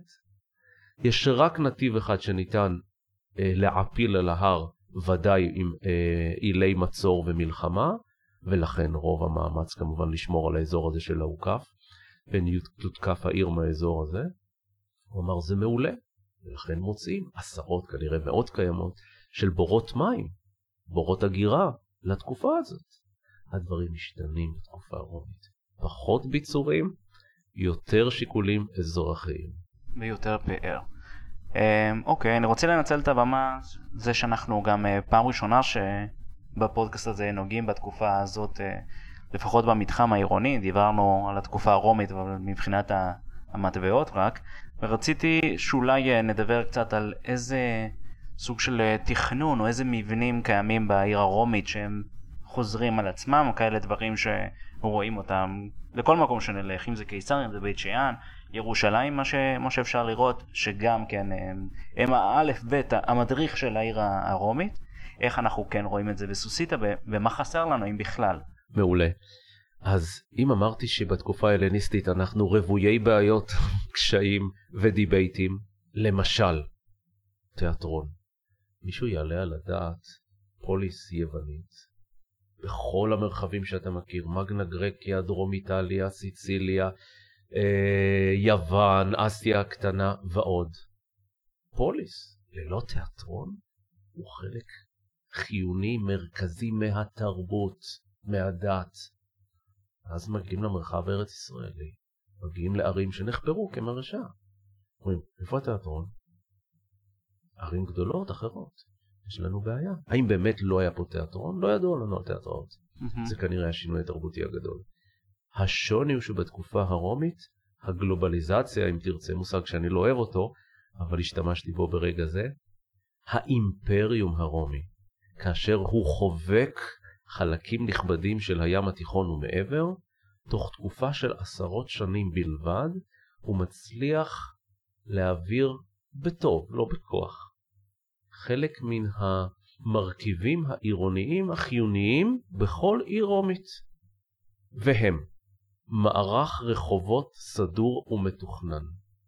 C: יש רק נתיב אחד שניתן אה, להעפיל על ההר, ודאי עם אה, אילי מצור ומלחמה, ולכן רוב המאמץ כמובן לשמור על האזור הזה של העוקף, פן יותקף העיר מהאזור הזה. הוא אמר, זה מעולה. ולכן מוצאים עשרות, כנראה מאות קיימות, של בורות מים, בורות הגירה, לתקופה הזאת. הדברים משתנים בתקופה הרומית. פחות ביצורים, יותר שיקולים אזרחיים.
A: ויותר פאר. אוקיי, אני רוצה לנצל את הבמה, זה שאנחנו גם פעם ראשונה שבפודקאסט הזה נוגעים בתקופה הזאת, לפחות במתחם העירוני, דיברנו על התקופה הרומית, אבל מבחינת המטבעות רק, ורציתי שאולי נדבר קצת על איזה סוג של תכנון, או איזה מבנים קיימים בעיר הרומית שהם חוזרים על עצמם, כאלה דברים שרואים אותם לכל מקום שנלך, אם זה קיסר, אם זה בית שאן, ירושלים, מה, ש... מה שאפשר לראות, שגם כן הם, הם האלף בית, המדריך של העיר הרומית, איך אנחנו כן רואים את זה בסוסיתא, ומה חסר לנו, אם בכלל.
C: מעולה. אז אם אמרתי שבתקופה ההלניסטית אנחנו רבויי בעיות, קשיים ודיבייטים, למשל, תיאטרון. מישהו יעלה על הדעת פוליס יוונית, בכל המרחבים שאתה מכיר, מגנה גרקיה, דרום איטליה, סיציליה, אה, יוון, אסיה הקטנה ועוד. פוליס, ללא תיאטרון, הוא חלק חיוני מרכזי מהתרבות, מהדת. אז מגיעים למרחב הארץ ישראלי, מגיעים לערים שנחפרו כמרשע. אומרים, איפה התיאטרון? ערים גדולות אחרות. יש לנו בעיה. האם באמת לא היה פה תיאטרון? לא ידוע לנו על תיאטראות. Mm-hmm. זה כנראה השינוי התרבותי הגדול. השוני הוא שבתקופה הרומית, הגלובליזציה, אם תרצה, מושג שאני לא אוהב אותו, אבל השתמשתי בו ברגע זה, האימפריום הרומי, כאשר הוא חובק חלקים נכבדים של הים התיכון ומעבר, תוך תקופה של עשרות שנים בלבד, הוא מצליח להעביר בטוב, לא בכוח, חלק מן המרכיבים העירוניים החיוניים בכל עיר רומית. והם מערך רחובות סדור ומתוכנן.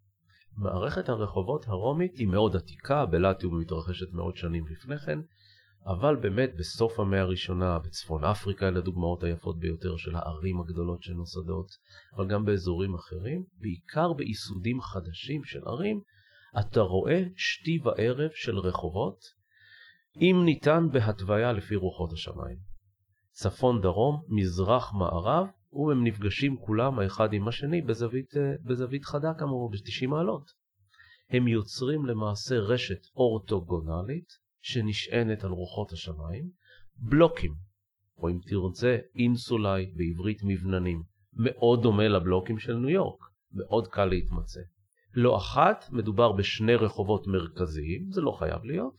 C: מערכת הרחובות הרומית היא מאוד עתיקה, בלטיום מתרחשת מאות שנים לפני כן, אבל באמת בסוף המאה הראשונה, בצפון אפריקה, אלה הדוגמאות היפות ביותר של הערים הגדולות שנוסדות, אבל גם באזורים אחרים, בעיקר בייסודים חדשים של ערים, אתה רואה שתי וערב של רחובות, אם ניתן בהתוויה לפי רוחות השמיים. צפון דרום, מזרח מערב, והם נפגשים כולם האחד עם השני בזווית, בזווית חדה כמובן, ב-תשעים מעלות. הם יוצרים למעשה רשת אורתוגונלית, שנשענת על רוחות השמיים, בלוקים, או אם תרצה אינסולי בעברית מבננים, מאוד דומה לבלוקים של ניו יורק, מאוד קל להתמצא. לא אחת, מדובר בשני רחובות מרכזיים, זה לא חייב להיות,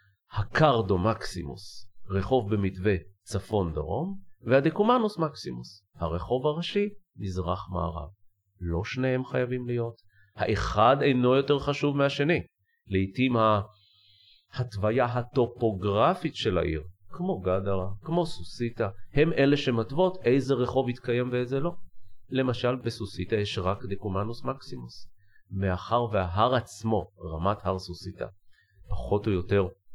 C: הקרדו מקסימוס, רחוב במתווה צפון דרום, והדקומנוס מקסימוס, הרחוב הראשי, מזרח מערב. לא שניהם חייבים להיות, האחד אינו יותר חשוב מהשני, לעתים ההתוויה הטופוגרפית של העיר, כמו גדרה, כמו סוסיתא, הם אלה שמתוות איזה רחוב יתקיים ואיזה לא. למשל בסוסיתא יש רק דקומנוס מקסימוס. מאחר וההר עצמו, רמת הר סוסיתא, פחות או יותר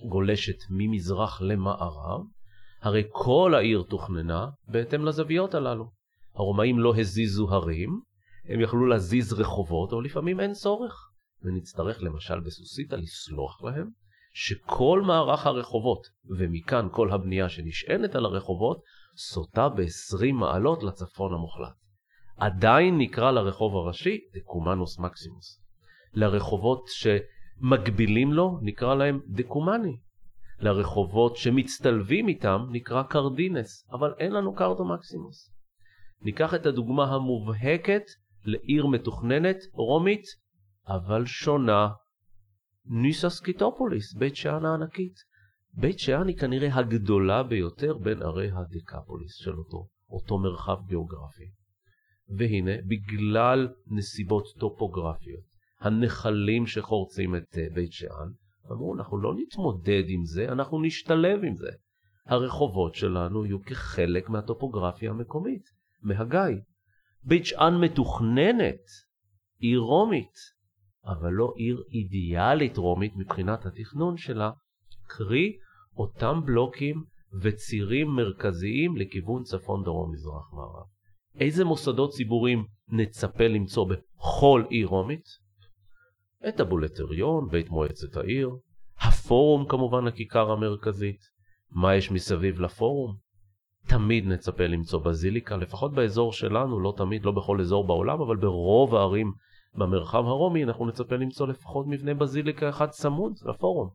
C: גולשת ממזרח למערב, הרי כל העיר תוכננה בהתאם לזוויות הללו. הרומאים לא הזיזו הרים, הם יכלו להזיז רחובות, אבל לפעמים אין צורך. ונצטרך למשל בסוסיתא לסלוח להם, שכל מערך הרחובות, ומכאן כל הבנייה שנשענת על הרחובות, סוטה ב-עשרים מעלות לצפון המוחלט. עדיין נקרא לרחוב הראשי דקומנוס מקסימוס. לרחובות שמגבילים לו נקרא להם דקומני. לרחובות שמצטלבים איתם נקרא קרדינס, אבל אין לנו קרדו מקסימוס. ניקח את הדוגמה המובהקת לעיר מתוכננת רומית, אבל שונה, ניססקיטופוליס, בית שאן הענקית. בית שאן היא כנראה הגדולה ביותר בין ערי הדקפוליס של אותו, אותו מרחב גיאוגרפי. והנה, בגלל נסיבות טופוגרפיות, הנחלים שחורצים את בית שאן, אמרו, אנחנו לא נתמודד עם זה, אנחנו נשתלב עם זה. הרחובות שלנו יהיו כחלק מהטופוגרפיה המקומית, מהגיא. בית שאן מתוכננת, עיר רומית, אבל לא עיר אידיאלית רומית מבחינת התכנון שלה, קרי אותם בלוקים וצירים מרכזיים לכיוון צפון דרום מזרח מערב. איזה מוסדות ציבוריים נצפה למצוא בכל עיר רומית? את הבולטריון, בית מועצת העיר, הפורום כמובן הכיכר המרכזית. מה יש מסביב לפורום? תמיד נצפה למצוא בזיליקה, לפחות באזור שלנו, לא תמיד, לא בכל אזור בעולם, אבל ברוב הערים במרחב הרומי אנחנו נצפה למצוא לפחות מבנה בזיליקה אחד צמוד לפורום.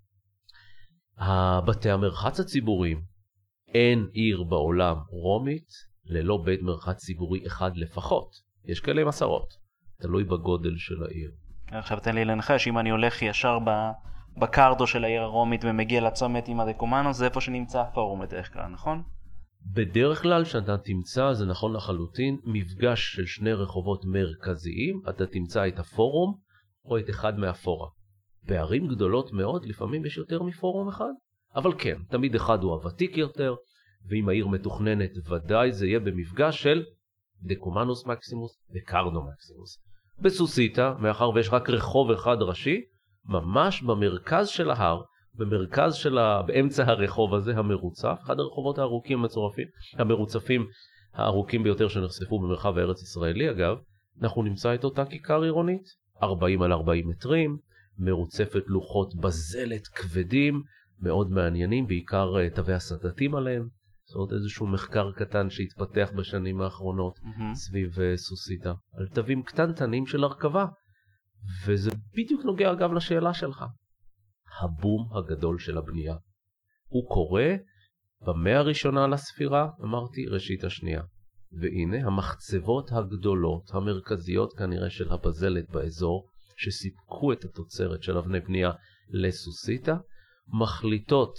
C: בתי המרחץ הציבוריים, אין עיר בעולם רומית ללא בית מרחץ ציבורי אחד לפחות. יש כאלה עשרות, תלוי בגודל של העיר.
A: עכשיו תן לי לנחש, אם אני הולך ישר בקרדו של העיר הרומית ומגיע לצומת עם הדקומנוס, זה איפה שנמצא הפורום בדרך כלל, נכון?
C: בדרך כלל שאתה תמצא, זה נכון לחלוטין, מפגש של שני רחובות מרכזיים, אתה תמצא את הפורום או את אחד מהפורה. בערים גדולות מאוד לפעמים יש יותר מפורום אחד, אבל כן, תמיד אחד הוא הוותיק יותר, ואם העיר מתוכננת ודאי זה יהיה במפגש של דקומנוס מקסימוס וקרדו מקסימוס. בסוסיתא, מאחר ויש רק רחוב אחד ראשי, ממש במרכז של ההר, במרכז של ה... באמצע הרחוב הזה המרוצף, אחד הרחובות הארוכים המצורפים, המרוצפים הארוכים ביותר שנחשפו במרחב הארץ ישראלי אגב, אנחנו נמצא את אותה כיכר עירונית, ארבעים על ארבעים מטרים, מרוצפת לוחות בזלת כבדים, מאוד מעניינים, בעיקר תווי הסטטים עליהם, זאת אומרת איזשהו מחקר קטן שהתפתח בשנים האחרונות mm-hmm. סביב סוסיתא, על תווים קטנטנים של הרכבה, וזה בדיוק נוגע אגב לשאלה שלך. הבום הגדול של הבנייה. הוא קורה במאה הראשונה לספירה, אמרתי ראשית השנייה. והנה המחצבות הגדולות, המרכזיות כנראה של הבזלת באזור, שסיפקו את התוצרת של אבני בנייה לסוסיתא, מחליטות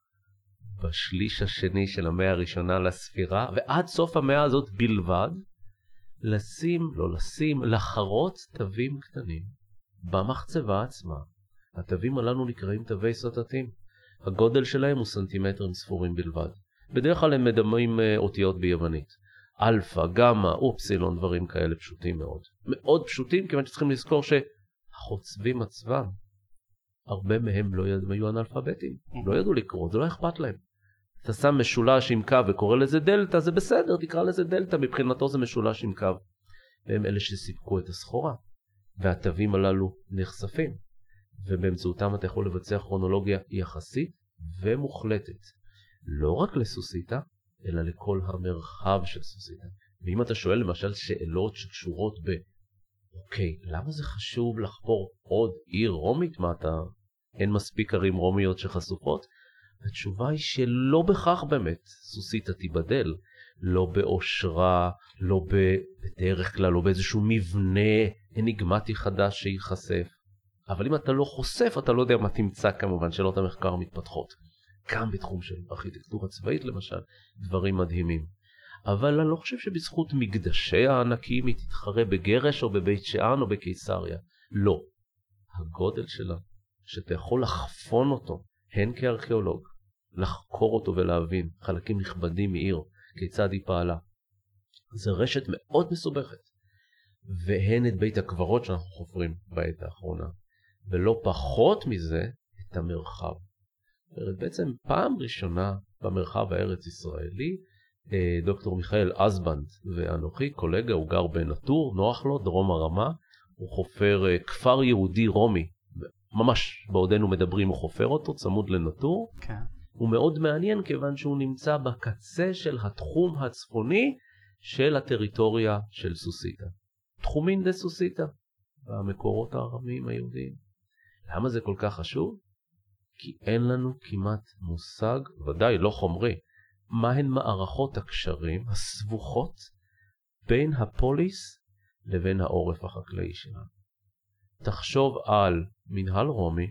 C: בשליש השני של המאה הראשונה לספירה, ועד סוף המאה הזאת בלבד, לשים, לא לשים, לחרוץ תווים קטנים במחצבה עצמה. התווים הללו נקראים תווי סטטים. הגודל שלהם הוא סנטימטרים ספורים בלבד. בדרך כלל הם מדמים אותיות ביוונית. אלפא, גמא, אופסילון, דברים כאלה פשוטים מאוד. מאוד פשוטים, כיוון שצריכים לזכור שהחוצבים עצמם, הרבה מהם לא ידעו, היו אנאלפביתים. לא ידעו לקרוא, זה לא אכפת להם. אתה שם משולש עם קו וקורא לזה דלטה, זה בסדר, תקרא לזה דלטה, מבחינתו זה משולש עם קו. והם אלה שסיפקו את הסחורה. והתווים הללו נחשפים. ובאמצעותם אתה יכול לבצע כרונולוגיה יחסית ומוחלטת. לא רק לסוסיתא, אלא לכל המרחב של סוסיתא. ואם אתה שואל למשל שאלות שקשורות ב... אוקיי, למה זה חשוב לחפור עוד עיר רומית? מה אתה... אין מספיק ערים רומיות שחשופות? התשובה היא שלא בכך באמת סוסיתא תיבדל. לא באושרה, לא בדרך כלל, לא באיזשהו מבנה אניגמטי חדש שיחשף. אבל אם אתה לא חושף, אתה לא יודע מה תמצא כמובן, שאלות המחקר מתפתחות. גם בתחום של ארכיטקטורה צבאית למשל, דברים מדהימים. אבל אני לא חושב שבזכות מקדשי הענקים היא תתחרה בגרש או בבית שאן או בקיסריה. לא. הגודל שלה, שאתה יכול לחפון אותו, הן כארכיאולוג, לחקור אותו ולהבין חלקים נכבדים מעיר, כיצד היא פעלה. זה רשת מאוד מסובכת. והן את בית הקברות שאנחנו חופרים בעת האחרונה. ולא פחות מזה, את המרחב. בעצם פעם ראשונה במרחב הארץ ישראלי, דוקטור מיכאל אזבנד ואנוכי, קולגה, הוא גר בנטור, נוח לו, דרום הרמה, הוא חופר כפר יהודי רומי, ממש בעודנו מדברים הוא חופר אותו, צמוד לנטור.
A: כן.
C: הוא מאוד מעניין כיוון שהוא נמצא בקצה של התחום הצפוני של הטריטוריה של סוסיתא. תחומין דה סוסיתא, במקורות הארמיים היהודיים. למה זה כל כך חשוב? כי אין לנו כמעט מושג, ודאי לא חומרי, מהן מערכות הקשרים הסבוכות בין הפוליס לבין העורף החקלאי שלנו. תחשוב על מנהל רומי,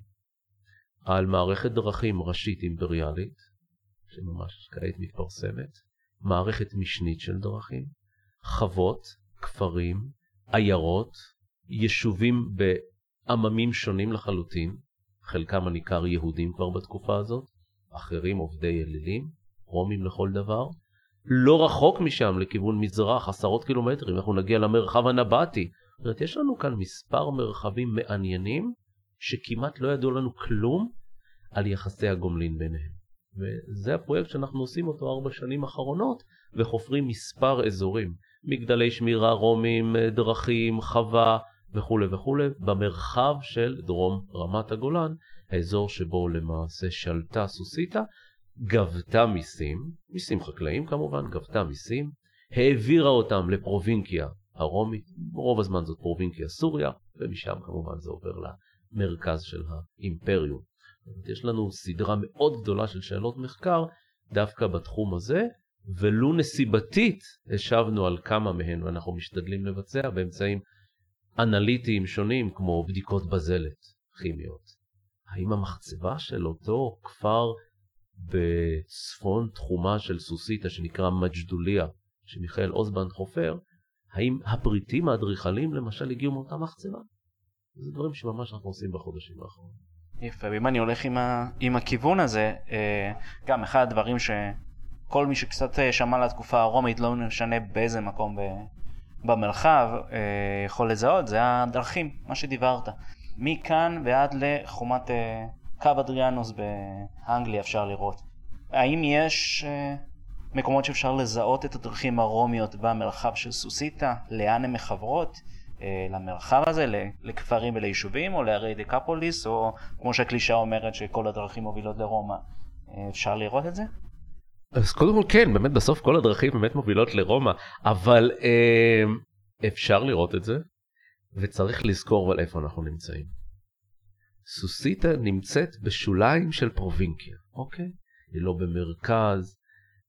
C: על מערכת דרכים ראשית אימפריאלית, שממש כעת מתפרסמת, מערכת משנית של דרכים, חוות, כפרים, עיירות, יישובים בעממים שונים לחלוטין, חלקם הניכר יהודים כבר בתקופה הזאת, אחרים עובדי אלילים, רומים לכל דבר. לא רחוק משם לכיוון מזרח, עשרות קילומטרים, אנחנו נגיע למרחב הנבטי. זאת אומרת, יש לנו כאן מספר מרחבים מעניינים, שכמעט לא ידעו לנו כלום על יחסי הגומלין ביניהם. וזה הפרויקט שאנחנו עושים אותו ארבע שנים אחרונות, וחופרים מספר אזורים, מגדלי שמירה, רומים, דרכים, חווה וכו' וכו', במרחב של דרום רמת הגולן, האזור שבו למעשה שלטה סוסיתא, גבתה מיסים, מיסים חקלאיים כמובן, גבתה מיסים, העבירה אותם לפרובינקיה הרומית, רוב הזמן זאת פרובינקיה סוריה, ומשם כמובן זה עובר למרכז של האימפריום. יש לנו סדרה מאוד גדולה של שאלות מחקר דווקא בתחום הזה, ולו נסיבתית השבנו על כמה מהן, ואנחנו משתדלים לבצע באמצעים אנליטיים שונים כמו בדיקות בזלת כימיות. האם המחצבה של אותו כפר בצפון תחומה של סוסיתא שנקרא מג'דוליה, שמיכאל אוזבנד חופר, האם הפריטים האדריכליים למשל הגיעו מאותה מחצבה? זה דברים שממש אנחנו עושים בחודשים האחרונים.
A: יפה, ואם אני הולך עם, ה... עם הכיוון הזה, גם אחד הדברים שכל מי שקצת שמע לתקופה הרומית, לא משנה באיזה מקום ב... במרחב, יכול לזהות, זה הדרכים, מה שדיברת. מכאן ועד לחומת קו אדריאנוס באנגליה אפשר לראות. האם יש מקומות שאפשר לזהות את הדרכים הרומיות במרחב של סוסיתא? לאן הן מחברות? למרחב הזה, לכפרים וליישובים, או לערי דקאפוליס, או כמו שהקלישה אומרת שכל הדרכים מובילות לרומא. אפשר לראות את זה?
C: אז קודם כל כן, באמת בסוף כל הדרכים באמת מובילות לרומא, אבל אה, אפשר לראות את זה, וצריך לזכור על איפה אנחנו נמצאים. סוסיתא נמצאת בשוליים של פרובינקיה, אוקיי? היא לא במרכז,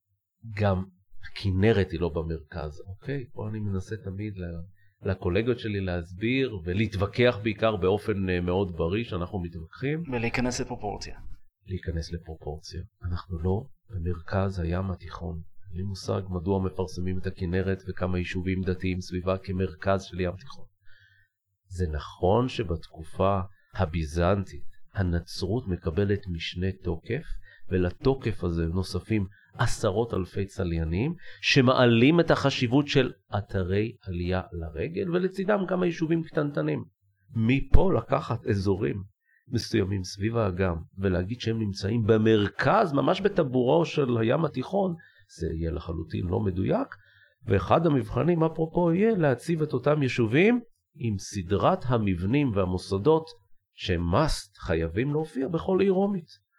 C: גם הכנרת היא לא במרכז, אוקיי? פה אני מנסה תמיד לקולגות שלי להסביר ולהתווכח בעיקר באופן מאוד בריא שאנחנו מתווכחים.
A: ולהיכנס לפרופורציה.
C: להיכנס לפרופורציה. אנחנו לא במרכז הים התיכון. אין לי מושג מדוע מפרסמים את הכנרת וכמה יישובים דתיים סביבה כמרכז של ים תיכון. זה נכון שבתקופה הביזנטית הנצרות מקבלת משנה תוקף, ולתוקף הזה נוספים עשרות אלפי צליינים שמעלים את החשיבות של אתרי עלייה לרגל, ולצידם כמה יישובים קטנטנים. מפה לקחת אזורים מסוימים סביב האגם ולהגיד שהם נמצאים במרכז, ממש בטבורו של הים התיכון, זה יהיה לחלוטין לא מדויק. ואחד המבחנים אפרופו יהיה להציב את אותם יישובים עם סדרת המבנים והמוסדות שמאסט חייבים להופיע בכל עיר רומית.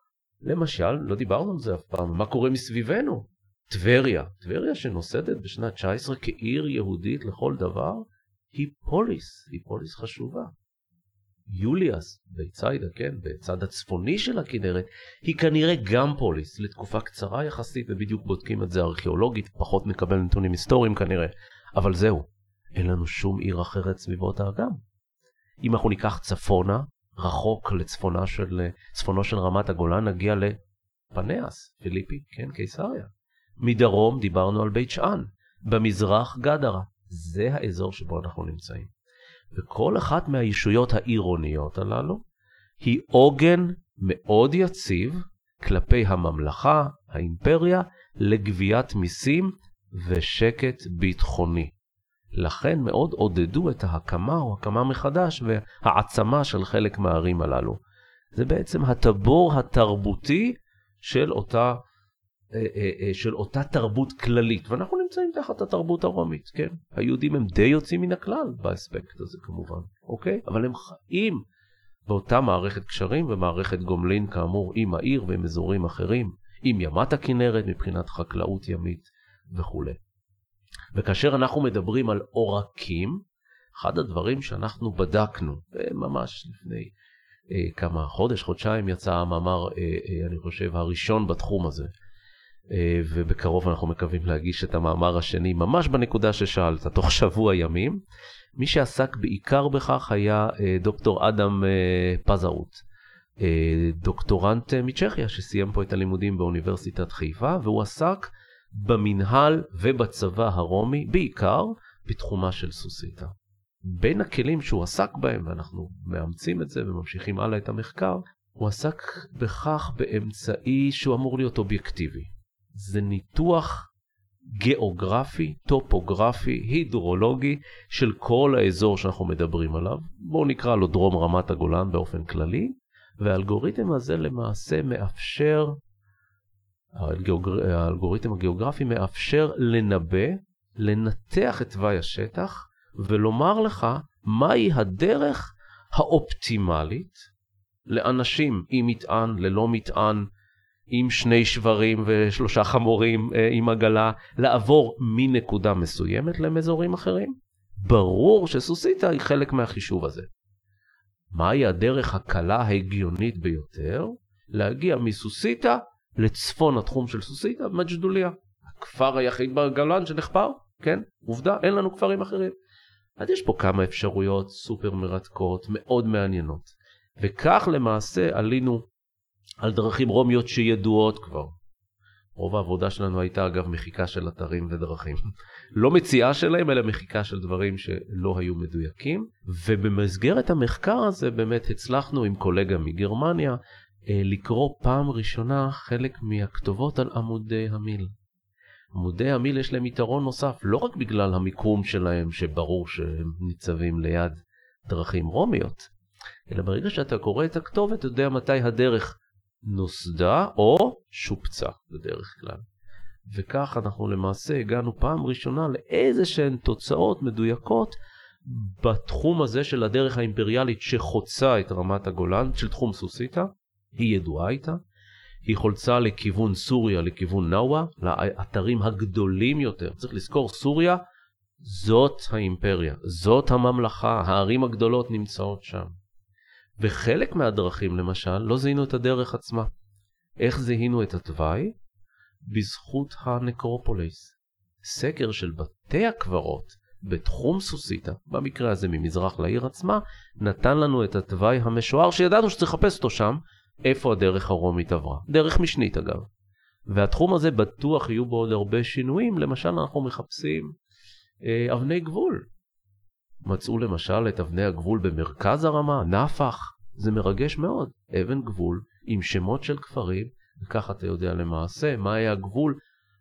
C: למשל, לא דיברנו על זה אף פעם, מה קורה מסביבנו? טבריה, טבריה שנוסדת בשנת תשע עשרה כעיר יהודית לכל דבר, היא פוליס, היא פוליס חשובה. יוליאס, בציידה, כן, בצד הצפוני של הכנרת, היא כנראה גם פוליס, לתקופה קצרה יחסית, ובדיוק בודקים את זה ארכיאולוגית, פחות נקבל נתונים היסטוריים כנראה, אבל זהו, אין לנו שום עיר אחרת סביבות האגם. אם אנחנו ניקח צפונה, רחוק לצפונה של, צפונו של רמת הגולן, נגיע לפנאס, פיליפי, כן, קיסריה. מדרום דיברנו על בית שאן, במזרח גדרה. זה האזור שבו אנחנו נמצאים. וכל אחת מהישויות העירוניות הללו היא עוגן מאוד יציב כלפי הממלכה, האימפריה, לגביית מיסים ושקט ביטחוני. לכן מאוד עודדו את ההקמה או הקמה מחדש והעצמה של חלק מהערים הללו. זה בעצם הטבור התרבותי של אותה, של אותה תרבות כללית, ואנחנו נמצאים תחת התרבות הרומית, כן? היהודים הם די יוצאים מן הכלל באספקט הזה כמובן, אוקיי? אבל הם חיים באותה מערכת קשרים ומערכת גומלין כאמור עם העיר ועם אזורים אחרים, עם ימת הכנרת מבחינת חקלאות ימית וכו'. וכאשר אנחנו מדברים על עורקים, אחד הדברים שאנחנו בדקנו, ממש לפני אה, כמה חודש, חודשיים יצא המאמר, אה, אה, אני חושב, הראשון בתחום הזה, אה, ובקרוב אנחנו מקווים להגיש את המאמר השני, ממש בנקודה ששאלת, תוך שבוע ימים. מי שעסק בעיקר בכך היה אה, דוקטור אדם אה, פזרות, אה, דוקטורנט אה, מצ'כיה, שסיים פה את הלימודים באוניברסיטת חיפה, והוא עסק במנהל ובצבא הרומי, בעיקר בתחומה של סוסיתא. בין הכלים שהוא עסק בהם, ואנחנו מאמצים את זה וממשיכים הלאה את המחקר, הוא עסק בכך באמצעי שהוא אמור להיות אובייקטיבי. זה ניתוח גיאוגרפי, טופוגרפי, הידרולוגי של כל האזור שאנחנו מדברים עליו. בואו נקרא לו דרום רמת הגולן באופן כללי, והאלגוריתם הזה למעשה מאפשר, האלגור... האלגוריתם הגיאוגרפי מאפשר לנבא, לנתח את תוואי השטח, ולומר לך מהי הדרך האופטימלית לאנשים עם מטען, ללא מטען, עם שני שברים ושלושה חמורים עם עגלה, לעבור מנקודה מסוימת למזורים אחרים. ברור שסוסיתא היא חלק מהחישוב הזה. מהי הדרך הקלה ההגיונית ביותר להגיע מסוסיתא לצפון התחום של סוסיתא, מג'דוליה, הכפר היחיד בגולן שנחפר, כן? עובדה, אין לנו כפרים אחרים. אז יש פה כמה אפשרויות סופר מרתקות, מאוד מעניינות. וכך למעשה עלינו על דרכים רומיות שידועות כבר. רוב העבודה שלנו הייתה אגב מחיקה של אתרים ודרכים. לא מציאה שלהם, אלא מחיקה של דברים שלא היו מדויקים. ובמסגרת המחקר הזה באמת הצלחנו עם קולגה מגרמניה לקרוא פעם ראשונה חלק מהכתובות על עמודי המיל. עמודי המיל יש להם יתרון נוסף, לא רק בגלל המיקום שלהם שברור שהם ניצבים ליד דרכים רומיות, אלא ברגע שאתה קורא את הכתובת, אתה יודע מתי הדרך נוסדה או שופצה בדרך כלל. וכך אנחנו למעשה הגענו פעם ראשונה לאיזה שהן תוצאות מדויקות בתחום הזה של הדרך האימפריאלית שחוצה את רמת הגולן, של תחום סוסיתא, היא ידועה איתה. היא חולצה לכיוון סוריה, לכיוון נאווה, לאתרים הגדולים יותר. צריך לזכור, סוריה זאת האימפריה, זאת הממלכה, הערים הגדולות נמצאות שם. וחלק מהדרכים למשל לא זיהינו את הדרך עצמה. איך זיהינו את התוואי? בזכות הנקרופוליס. סקר של בתי הקברות בתחום סוסיתא, במקרה הזה ממזרח לעיר עצמה, נתן לנו את התוואי המשוער שידענו שצריך לחפש אותו שם, איפה הדרך הרומית עברה. דרך משנית אגב. והתחום הזה בטוח יהיו בו עוד הרבה שינויים. למשל אנחנו מחפשים אה, אבני גבול. מצאו למשל את אבני הגבול במרכז הרמה, נפח. זה מרגש מאוד. אבן גבול עם שמות של כפרים, וכך אתה יודע למעשה מה היה הגבול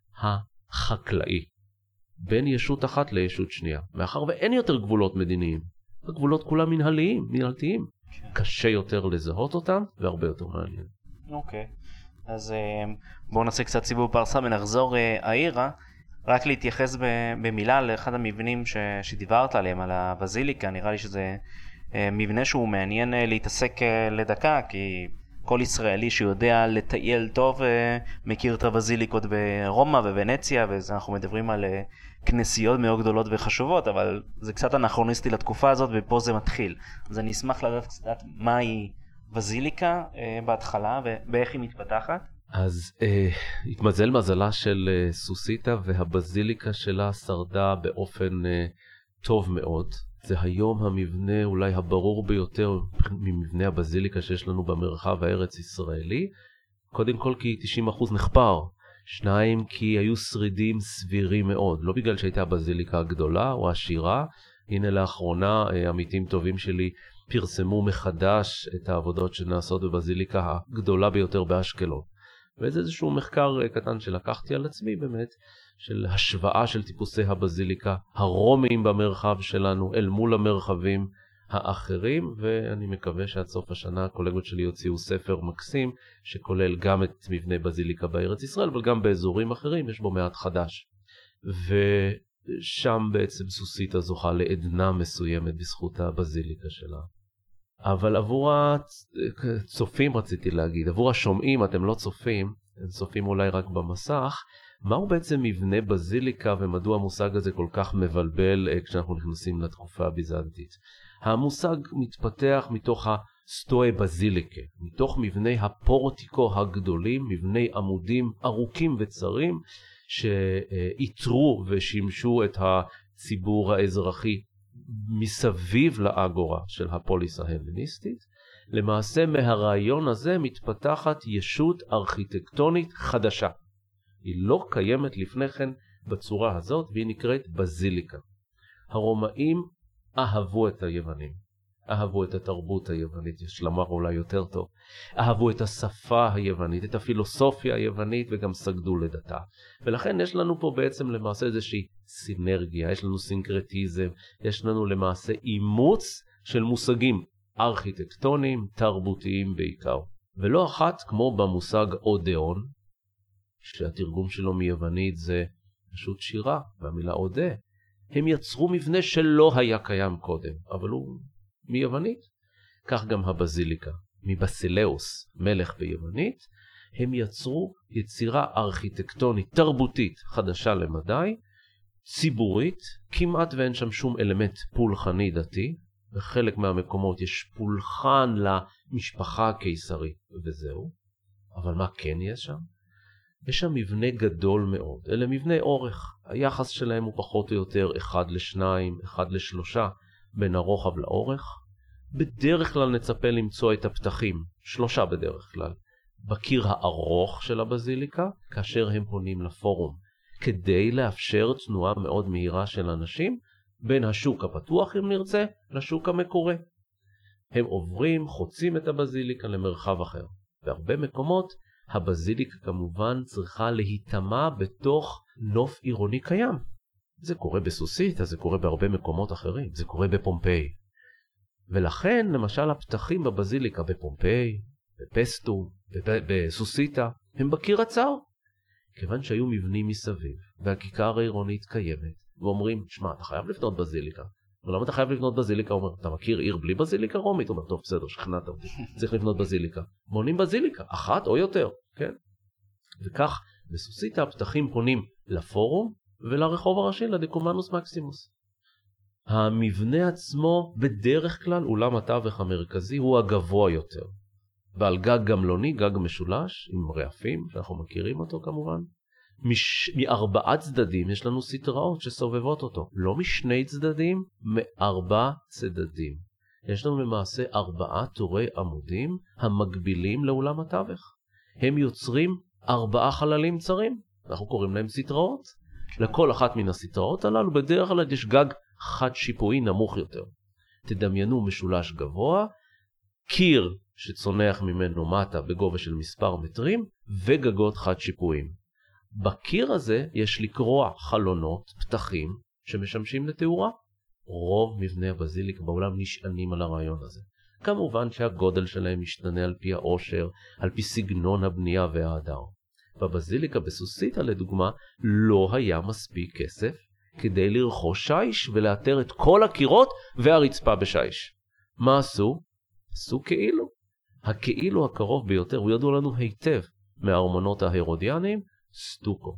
C: החקלאי. בין ישות אחת לישות שנייה. מאחר ואין יותר גבולות מדיניים. הגבולות כולם מנהליים, מנהלתיים. קשה יותר לזהות אותם, והרבה יותר מעניין.
A: אוקיי. אז בואו נעשה קצת סיבוב פרסה ונחזור העירה. רק להתייחס במילה לאחד המבנים ש... שדיברת עליהם, על הבזיליקה. נראה לי שזה מבנה שהוא מעניין להתעסק לדקה, כי כל ישראלי שיודע לטייל טוב מכיר את הבזיליקות ברומא וונציה, ואנחנו מדברים על כנסיות מאוד גדולות וחשובות, אבל זה קצת אנכרוניסטי לתקופה הזאת, ופה זה מתחיל. אז אני אשמח לדעת קצת מהי בזיליקה בהתחלה ואיך היא מתפתחת.
C: אז אה, התמזל מזלה של אה, סוסיתא, והבזיליקה שלה שרדה באופן אה, טוב מאוד. זה היום המבנה אולי הברור ביותר ממבנה הבזיליקה שיש לנו במרחב הארץ ישראלי. קודם כל כי תשעים אחוז נחפר. שניים, כי היו שרידים סבירים מאוד. לא בגלל שהייתה הבזיליקה הגדולה או עשירה. הנה לאחרונה אה, עמיתים טובים שלי פרסמו מחדש את העבודות שנעשות בבזיליקה הגדולה ביותר באשקלון. וזה איזשהו מחקר קטן שלקחתי על עצמי באמת, של השוואה של טיפוסי הבזיליקה הרומיים במרחב שלנו אל מול המרחבים האחרים, ואני מקווה שעד סוף השנה הקולגות שלי יוציאו ספר מקסים, שכולל גם את מבנה בזיליקה בארץ ישראל, אבל גם באזורים אחרים יש בו מעט חדש. ושם בעצם סוסיתא זוכה לעדנה מסוימת בזכות הבזיליקה שלה. אבל עבור הצופים רציתי להגיד, עבור השומעים, אתם לא צופים, אתם צופים אולי רק במסך, מהו בעצם מבנה בזיליקה ומדוע המושג הזה כל כך מבלבל כשאנחנו נכנסים לתקופה הביזנטית? המושג מתפתח מתוך הסטואי בזיליקה, מתוך מבני הפורטיקו הגדולים, מבני עמודים ארוכים וצרים שיתרו ושימשו את הציבור האזרחי מסביב לאגורה של הפוליס ההלניסטית. למעשה מהרעיון הזה מתפתחת ישות ארכיטקטונית חדשה. היא לא קיימת לפני כן בצורה הזאת, והיא נקראת בזיליקה. הרומאים אהבו את היוונים, אהבו את התרבות היוונית, יש לומר אולי יותר טוב, אהבו את השפה היוונית, את הפילוסופיה היוונית, וגם סגדו לדתה. ולכן יש לנו פה בעצם למעשה איזושהי סינרגיה, יש לנו סינקרטיזם, יש לנו למעשה אימוץ של מושגים ארכיטקטוניים, תרבותיים בעיקר. ולא אחת כמו במושג אודאון, שהתרגום שלו מיוונית זה פשוט שירה, והמילה אודה, הם יצרו מבנה שלא היה קיים קודם, אבל הוא מיוונית. כך גם הבזיליקה, מבסילאוס, מלך ביוונית, הם יצרו יצירה ארכיטקטונית, תרבותית, חדשה למדי, ציבורית, כמעט ואין שם שום אלמנט פולחני דתי, בחלק מהמקומות יש פולחן למשפחה הקיסרית, וזהו. אבל מה כן יש שם? יש שם מבנה גדול מאוד, אלה מבנה אורך, היחס שלהם הוא פחות או יותר אחד לשניים, אחד לשלושה, בין הרוחב לאורך. בדרך כלל נצפה למצוא את הפתחים, שלושה בדרך כלל, בקיר הארוך של הבזיליקה, כאשר הם פונים לפורום, כדי לאפשר תנועה מאוד מהירה של אנשים, בין השוק הפתוח אם נרצה, לשוק המקורה. הם עוברים, חוצים את הבזיליקה למרחב אחר. בהרבה מקומות, הבזיליקה כמובן צריכה להיטמע בתוך נוף עירוני קיים. זה קורה בסוסיתא, זה קורה בהרבה מקומות אחרים, זה קורה בפומפיי. ולכן, למשל, הפתחים בבזיליקה בפומפיי, בפסטו, בסוסיתא, הם בקיר הצר. כיוון שהיו מבנים מסביב, והכיכר העירונית קיימת, ואומרים, שמע, אתה חייב לבנות בזיליקה. ולמה אתה חייב לבנות בזיליקה? הוא אומר, אתה מכיר עיר בלי בזיליקה רומית? הוא אומר, טוב, בסדר, שכנעת אותי, צריך לבנות בזיליקה. בונים בזיליקה, אחת או יותר, כן? וכך, בסוסיתא הפתחים פונים לפורום, ולרחוב הראשי, לדקומנוס מקסימוס. המבנה עצמו, בדרך כלל, אולם התווך המרכזי, הוא הגבוה יותר. בעל גג גמלוני, גג משולש, עם רעפים, שאנחנו מכירים אותו כמובן. מש... מארבעה צדדים יש לנו סטראות שסובבות אותו. לא משני צדדים, מארבע צדדים. יש לנו למעשה ארבעה תורי עמודים המקבילים לאולם התווך. הם יוצרים ארבעה חללים צרים. אנחנו קוראים להם סטראות. לכל אחת מן הסטראות הללו בדרך כלל יש גג חד שיפועי נמוך יותר. תדמיינו משולש גבוה, קיר שצונח ממנו מטה בגובה של מספר מטרים, וגגות חד שיפועים. בקיר הזה יש לקרוע חלונות, פתחים, שמשמשים לתאורה. רוב מבני הבזיליק בעולם נשענים על הרעיון הזה. כמובן שהגודל שלהם משתנה על פי העושר, על פי סגנון הבנייה וההדר. בבזיליקה בסוסיתא לדוגמה, לא היה מספיק כסף כדי לרכוש שיש ולאתר את כל הקירות והרצפה בשיש. מה עשו? עשו כאילו. הכאילו הקרוב ביותר, הוא ידוע לנו היטב מהארמונות ההרודיאניים, סטוקו.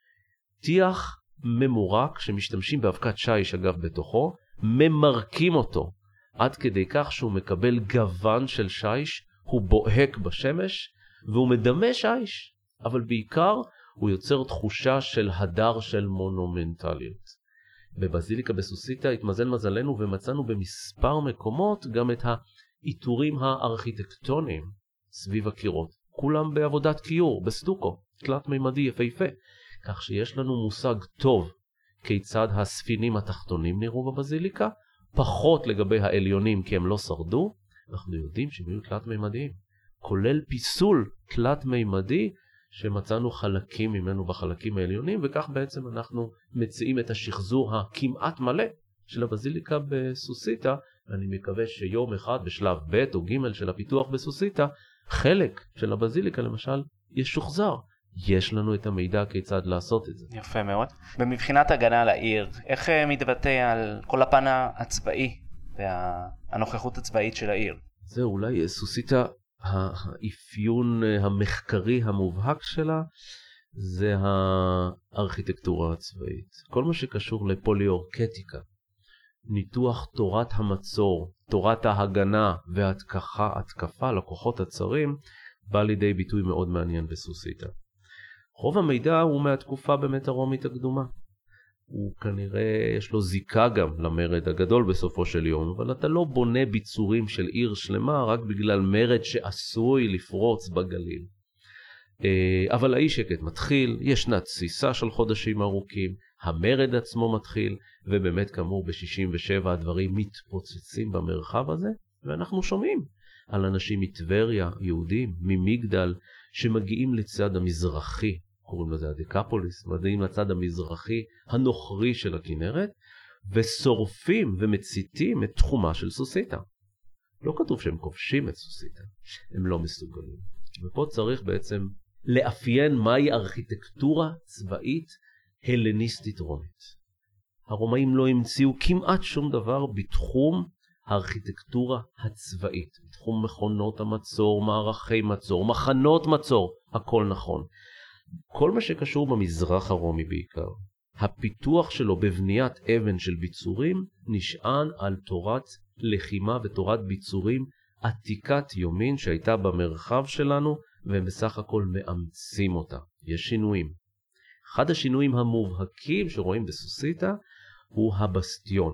C: טיח ממורק שמשתמשים באבקת שיש אגב בתוכו, ממרקים אותו עד כדי כך שהוא מקבל גוון של שיש, הוא בוהק בשמש והוא מדמה שיש, אבל בעיקר הוא יוצר תחושה של הדר של מונומנטליות. בבזיליקה בסוסיתא התמזל מזלנו ומצאנו במספר מקומות גם את העיטורים הארכיטקטוניים סביב הקירות, כולם בעבודת קיור, בסטוקו, תלת מימדי יפהפה, כך שיש לנו מושג טוב כיצד הספינים התחתונים נראו בבזיליקה, פחות לגבי העליונים כי הם לא שרדו. אנחנו יודעים שהם היו תלת מימדיים, כולל פיסול תלת מימדי שמצאנו חלקים ממנו בחלקים העליונים, וכך בעצם אנחנו מציעים את השחזור הכמעט מלא של הבזיליקה בסוסיתא אני מקווה שיום אחד בשלב ב' או ג' של הפיתוח בסוסיתא, חלק של הבזיליקה למשל ישוחזר. יש לנו את המידע כיצד לעשות את זה.
A: יפה מאוד. ומבחינת הגנה על העיר, איך מתבטא על כל הפן הצבאי והנוכחות הצבאית של העיר?
C: זה אולי סוסיתא, האפיון המחקרי המובהק שלה, זה הארכיטקטורה הצבאית. כל מה שקשור לפוליאורקטיקה, ניתוח תורת המצור, תורת ההגנה והתקפה, התקפה לכוחות הצרים, בא לידי ביטוי מאוד מעניין בסוסיתא. רוב המידע הוא מהתקופה באמת הרומית הקדומה. הוא כנראה יש לו זיקה גם למרד הגדול בסופו של יום, אבל אתה לא בונה ביצורים של עיר שלמה רק בגלל מרד שעשוי לפרוץ בגליל. אבל האי שקט מתחיל, ישנה תסיסה של חודשים ארוכים, המרד עצמו מתחיל, ובאמת כאמור ב-שישים ושבע הדברים מתפוצצים במרחב הזה, ואנחנו שומעים על אנשים מטבריה, יהודים, ממגדל, שמגיעים לצד המזרחי, קוראים לזה הדקפוליס, מגיעים לצד המזרחי הנוכרי של הכנרת, ושורפים ומציתים את תחומה של סוסיתא. לא כתוב שהם כובשים את סוסיתא, הם לא מסוגלים. ופה צריך בעצם לאפיין מהי ארכיטקטורה צבאית הלניסטית רומית. הרומאים לא המציאו כמעט שום דבר בתחום הארכיטקטורה הצבאית, בתחום מכונות המצור, מערכי מצור, מחנות מצור, הכל נכון. כל מה שקשור במזרח הרומי בעיקר, הפיתוח שלו בבניית אבן של ביצורים נשען על תורת לחימה ותורת ביצורים עתיקת יומין שהייתה במרחב שלנו, והם בסך הכל מאמצים אותה. יש שינויים. אחד השינויים המובהקים שרואים בסוסיתא הוא הבסטיון.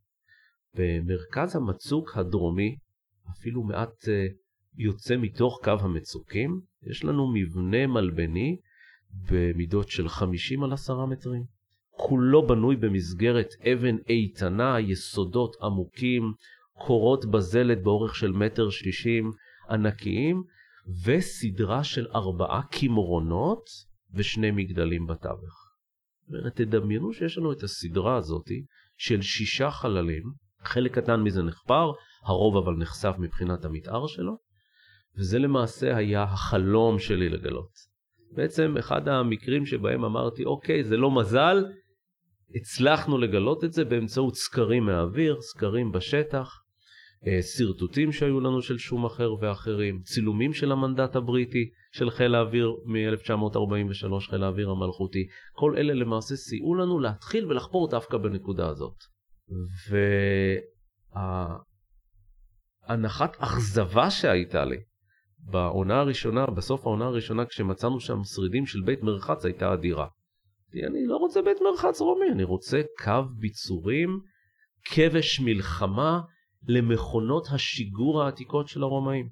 C: במרכז המצוק הדרומי, אפילו מעט יוצא מתוך קו המצוקים, יש לנו מבנה מלבני במידות של חמישים על עשרה מטרים. כולו בנוי במסגרת אבן איתנה, יסודות עמוקים, קורות בזלת באורך של מטר שישים ענקיים, וסדרה של ארבעה כימרונות ושני מגדלים בתווך. תדמיינו שיש לנו את הסדרה הזאת של שישה חללים, חלק קטן מזה נחפר, הרוב אבל נחשף מבחינת המתאר שלו, וזה למעשה היה החלום שלי לגלות. בעצם אחד המקרים שבהם אמרתי, אוקיי, זה לא מזל, הצלחנו לגלות את זה באמצעות סקרים מהאוויר, סקרים בשטח, סרטוטים שהיו לנו של שום אחר ואחרים, צילומים של המנדט הבריטי של חיל האוויר מ-אלף תשע מאות ארבעים ושלוש, חיל האוויר המלכותי. כל אלה למעשה סייעו לנו להתחיל ולחפור דווקא בנקודה הזאת. וההנחת אכזבה שהייתה לי בעונה הראשונה, בסוף העונה הראשונה, כשמצאנו שם שרידים של בית מרחץ, הייתה אדירה. אני לא רוצה בית מרחץ רומי, אני רוצה קו ביצורים, כבש מלחמה, למכונות השיגור העתיקות של הרומאים.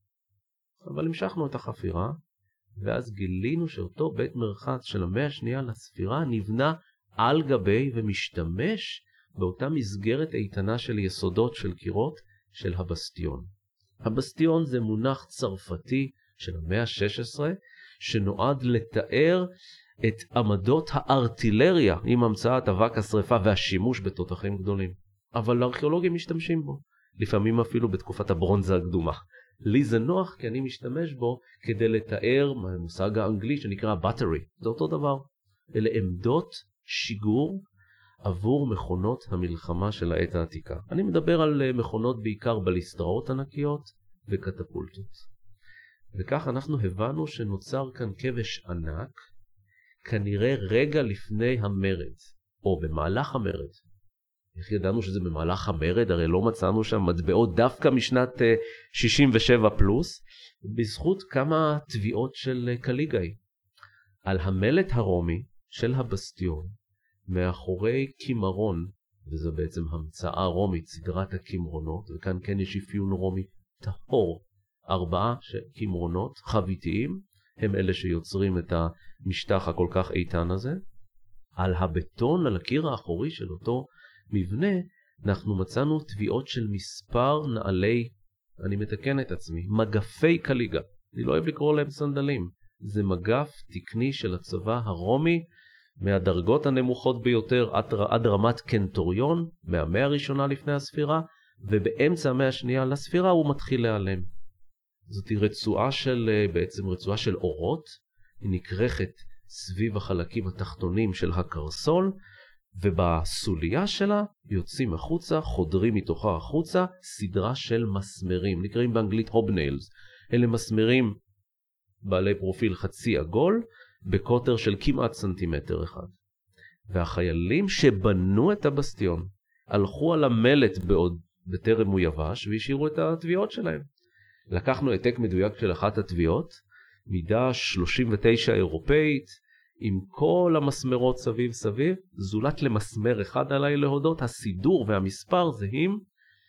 C: אבל המשכנו את החפירה, ואז גילינו שאותו בית מרחץ של המאה השנייה לספירה נבנה על גבי ומשתמש באותה מסגרת איתנה של יסודות של קירות של הבסטיון. הבסטיון זה מונח צרפתי של המאה ה-שש עשרה, שנועד לתאר את עמדות הארטילריה עם המצאת אבק השריפה והשימוש בתותחים גדולים. אבל הארכיאולוגים משתמשים בו, לפעמים אפילו בתקופת הברונזה הקדומה. לי זה נוח כי אני משתמש בו כדי לתאר המושג האנגלי שנקרא battery. זה אותו דבר. אלה עמדות שיגור עבור מכונות המלחמה של העת העתיקה. אני מדבר על מכונות בעיקר בליסטראות ענקיות וקטפולטות. וכך אנחנו הבנו שנוצר כאן כבש ענק, כנראה רגע לפני המרד, או במהלך המרד. איך ידענו שזה במהלך המרד? הרי לא מצאנו שם מטבעות דווקא משנת שישים ושבע פלוס, בזכות כמה תביעות של קליגאי. על המלט הרומי של הבסטיון, מאחורי קימרון, וזו בעצם המצאה רומית, סדרת הקימרונות, וכאן כן יש אפיון רומי טהור, ארבעה קימרונות חביתיים, הם אלה שיוצרים את המשטח הכל כך איתן הזה. על הבטון, על הקיר האחורי של אותו מבנה, אנחנו מצאנו תביעות של מספר נעלי, אני מתקן את עצמי, מגפי קליגה. אני לא אוהב לקרוא להם סנדלים. זה מגף תקני של הצבא הרומי, מהדרגות הנמוכות ביותר עד, עד רמת קנטוריון, מהמאה הראשונה לפני הספירה, ובאמצע המאה השנייה לספירה הוא מתחיל להיעלם. זאת רצועה של, בעצם רצועה של אורות, היא נקרחת סביב החלקים התחתונים של הקרסול, ובסוליה שלה יוצאים החוצה, חודרים מתוכה החוצה, סדרה של מסמרים, נקראים באנגלית הובניילס. אלה מסמרים בעלי פרופיל חצי עגול, בקוטר של כמעט סנטימטר אחד. והחיילים שבנו את הבסטיון, הלכו על המלט בעוד בטרם הוא יבש, והשאירו את התביעות שלהם. לקחנו העתק מדויק של אחת התביעות, מידה שלושים ותשע אירופאית, עם כל המסמרות סביב סביב, זולת למסמר אחד עליי להודות, הסידור והמספר זהים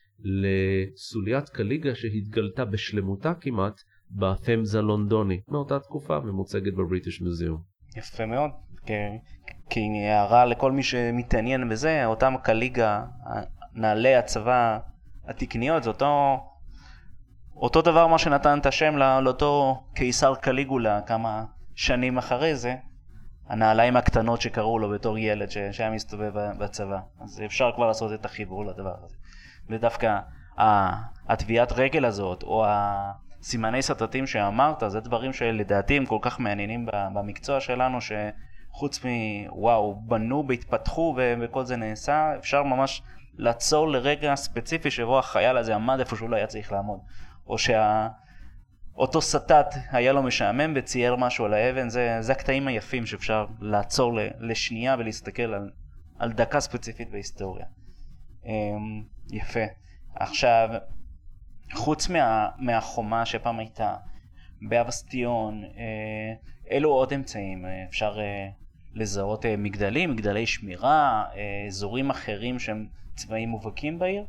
C: לסוליית קליגה שהתגלתה בשלמותה כמעט בת'מס הלונדוני, מאותה תקופה ומוצגת בבריטיש מוזיאום.
A: יפה מאוד, כי הערה לכל מי שמתעניין בזה, אותם קליגה, נעלי הצבא התקניות, זה אותו, אותו דבר מה שנתן את השם לאותו קיסר קליגולה כמה שנים אחרי זה, הנעליים הקטנות שקראו לו בתור ילד שהיה מסתובב בצבא. אז אפשר כבר לעשות את החיבור לדבר הזה. ודווקא התביעת רגל הזאת, או הסימני סטטים שאמרת, זה דברים שלדעתי הם כל כך מעניינים במקצוע שלנו, שחוץ מוואו, בנו, בהתפתחו וכל זה נעשה, אפשר ממש לעצור לרגע ספציפי שבו החייל הזה עמד איפה שהוא לא היה צריך לעמוד. או שה... אותו סטט היה לו משעמם וצייר משהו על האבן, זה, זה הקטעים היפים שאפשר לעצור לשנייה ולהסתכל על, על דקה ספציפית בהיסטוריה. יפה. עכשיו, חוץ מה, מהחומה שפעם הייתה באבסטיון, אלו עוד אמצעים, אפשר לזהות מגדלים, מגדלי שמירה, אזורים אחרים שהם צבעים מובהקים בעיר?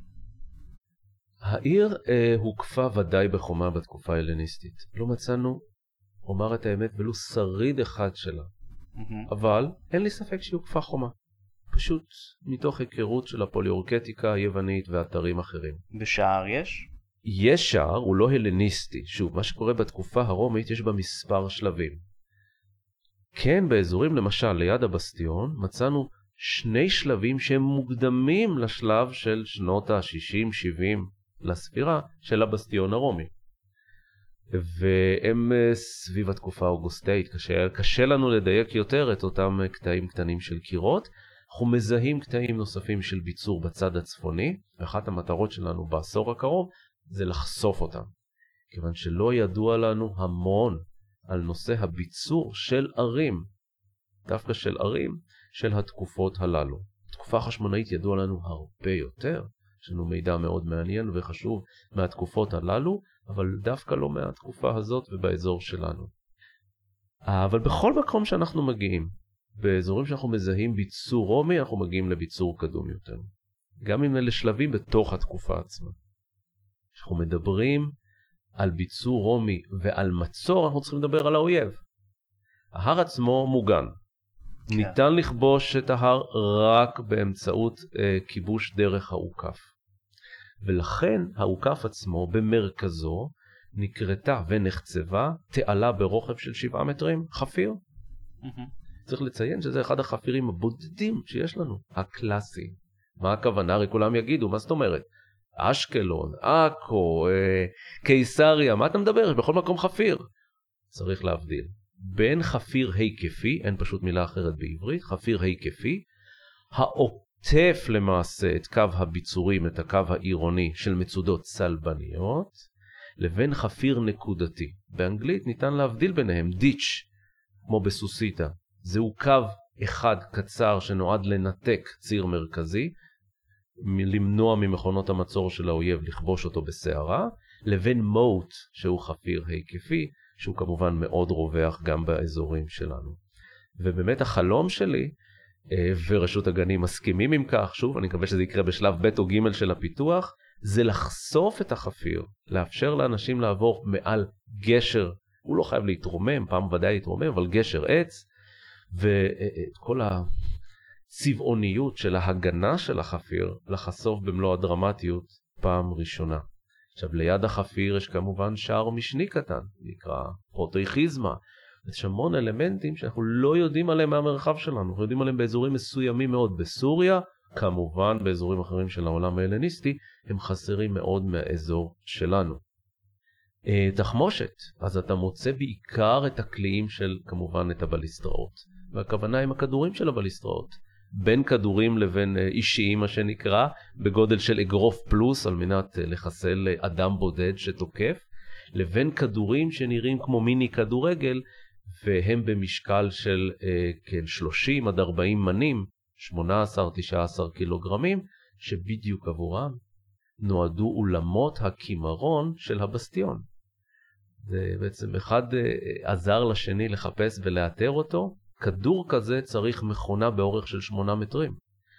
C: העיר אה, הוקפה ודאי בחומה בתקופה ההלניסטית. לא מצאנו, אומר את האמת, ולו שריד אחד שלה. Mm-hmm. אבל אין לי ספק שהיא הוקפה חומה. פשוט מתוך היכרות של הפוליורקטיקה היוונית ואתרים אחרים.
A: בשער יש?
C: יש שער, הוא לא הלניסטי. שוב, מה שקורה בתקופה הרומית יש בה מספר שלבים. כן, באזורים למשל ליד הבסטיון מצאנו שני שלבים שהם מוקדמים לשלב של שנות ה-שישים שבעים לספירה של הבסטיון הרומי. והם סביב התקופה האוגוסטאית, קשה, קשה לנו לדייק יותר את אותם קטעים קטנים של קירות. אנחנו מזהים קטעים נוספים של ביצור בצד הצפוני, ואחת המטרות שלנו בעשור הקרוב זה לחשוף אותם. כיוון שלא ידוע לנו המון על נושא הביצור של ערים, דווקא של ערים של התקופות הללו. התקופה החשמונאית ידוע לנו הרבה יותר, יש לנו מידע מאוד מעניין וחשוב מהתקופות הללו, אבל דווקא לא מהתקופה הזאת ובאזור שלנו. אבל בכל מקום שאנחנו מגיעים, באזורים שאנחנו מזהים ביצור רומי, אנחנו מגיעים לביצור קדום יותר. גם אם אלה שלבים בתוך התקופה עצמה. כשאנחנו מדברים על ביצור רומי ועל מצור, אנחנו צריכים לדבר על האויב. ההר עצמו מוגן. כן. ניתן לכבוש את ההר רק באמצעות אה, כיבוש דרך האוכף. ולכן האוכף עצמו במרכזו נקרתה ונחצבה תעלה ברוחב של שבעה מטרים, חפיר. Mm-hmm. צריך לציין שזה אחד החפירים הבודדים שיש לנו, הקלאסי. מה הכוונה? הרי כולם יגידו, מה זאת אומרת? אשקלון, עכו, אה, קיסריה, מה אתה מדבר? בכל מקום חפיר. צריך להבדיל. בין חפיר היקפי, אין פשוט מילה אחרת בעברית, חפיר היקפי, העוטף למעשה את קו הביצורים, את הקו העירוני של מצודות צלבניות, לבין חפיר נקודתי. באנגלית ניתן להבדיל ביניהם, דיץ', כמו בסוסיטה. זהו קו אחד קצר שנועד לנתק ציר מרכזי, למנוע ממכונות המצור של האויב לכבוש אותו בסערה, לבין מוט, שהוא חפיר היקפי, שהוא כמובן מאוד רווח גם באזורים שלנו. ובאמת החלום שלי, ורשות הגנים מסכימים עם כך, שוב, אני מקווה שזה יקרה בשלב ב' או ג' של הפיתוח, זה לחשוף את החפיר, לאפשר לאנשים לעבור מעל גשר, הוא לא חייב להתרומם, פעם ודאי להתרומם, אבל גשר עץ, ואת כל הצבעוניות של ההגנה של החפיר, לחשוף במלוא הדרמטיות פעם ראשונה. עכשיו, ליד החפיר יש כמובן שער משני קטן, נקרא פרוטאיכיזמה. יש המון אלמנטים שאנחנו לא יודעים עליהם מהמרחב שלנו, אנחנו יודעים עליהם באזורים מסוימים מאוד בסוריה, כמובן באזורים אחרים של העולם ההלניסטי, הם חסרים מאוד מהאזור שלנו. תחמושת, אז אתה מוצא בעיקר את הכלים של כמובן את הבליסטראות, והכוונה עם הכדורים של הבליסטראות, בין כדורים לבין אישיים מה שנקרא, בגודל של אגרוף פלוס על מנת לחסל אדם בודד שתוקף, לבין כדורים שנראים כמו מיני כדורגל, והם במשקל של כן, שלושים עד ארבעים מנים, שמונה עשרה תשע עשרה קילוגרמים, שבדיוק עבורם נועדו אולמות הכימרון של הבסטיון. זה בעצם אחד עזר לשני לחפש ולאתר אותו. כדור כזה צריך מכונה באורך של שמונה מטרים.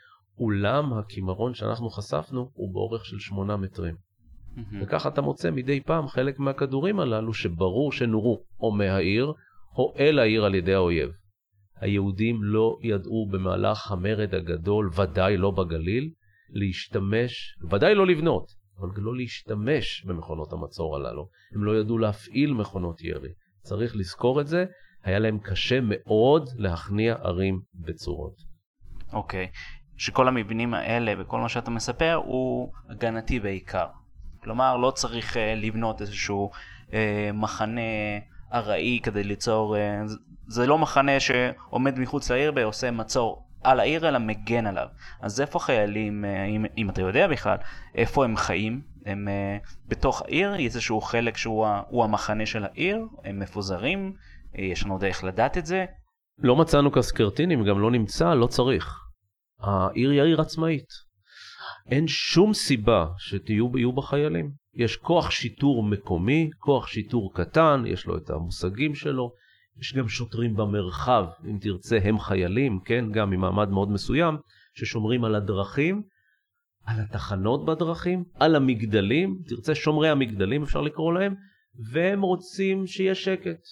C: אולם הכימרון שאנחנו חשפנו הוא באורך של שמונה מטרים. וכך אתה מוצא מדי פעם חלק מהכדורים הללו שברור שנורו או מהעיר או אל העיר על ידי האויב. היהודים לא ידעו במהלך המרד הגדול, ודאי לא בגליל, להשתמש, ודאי לא לבנות, אבל לא להשתמש במכונות המצור הללו. הם לא ידעו להפעיל מכונות ירי. צריך לזכור את זה, היה להם קשה מאוד להכניע ערים בצורות.
A: אוקיי, שכל המבנים האלה וכל מה שאתה מספר הוא הגנתי בעיקר. כלומר, לא צריך uh, לבנות איזשהו uh, מחנה ארעי כדי ליצור, uh, זה לא מחנה שעומד מחוץ לעיר ועושה מצור על העיר, אלא מגן עליו. אז איפה חיילים, uh, אם, אם אתה יודע בכלל, איפה הם חיים? הם uh, בתוך העיר, איזשהו חלק שהוא הוא המחנה של העיר, הם מפוזרים, uh, יש לנו דרך לדעת את זה.
C: לא מצאנו קסקרטינים, גם לא נמצא, לא צריך. העיר היא עיר עצמאית. אין שום סיבה שתהיו בחיילים. יש כוח שיטור מקומי, כוח שיטור קטן, יש לו את המושגים שלו. יש גם שוטרים במרחב, אם תרצה, הם חיילים, כן, גם ממעמד מאוד מסוים, ששומרים על הדרכים, על התחנות בדרכים, על המגדלים, תרצה שומרי המגדלים אפשר לקרוא להם, והם רוצים שיהיה שקט.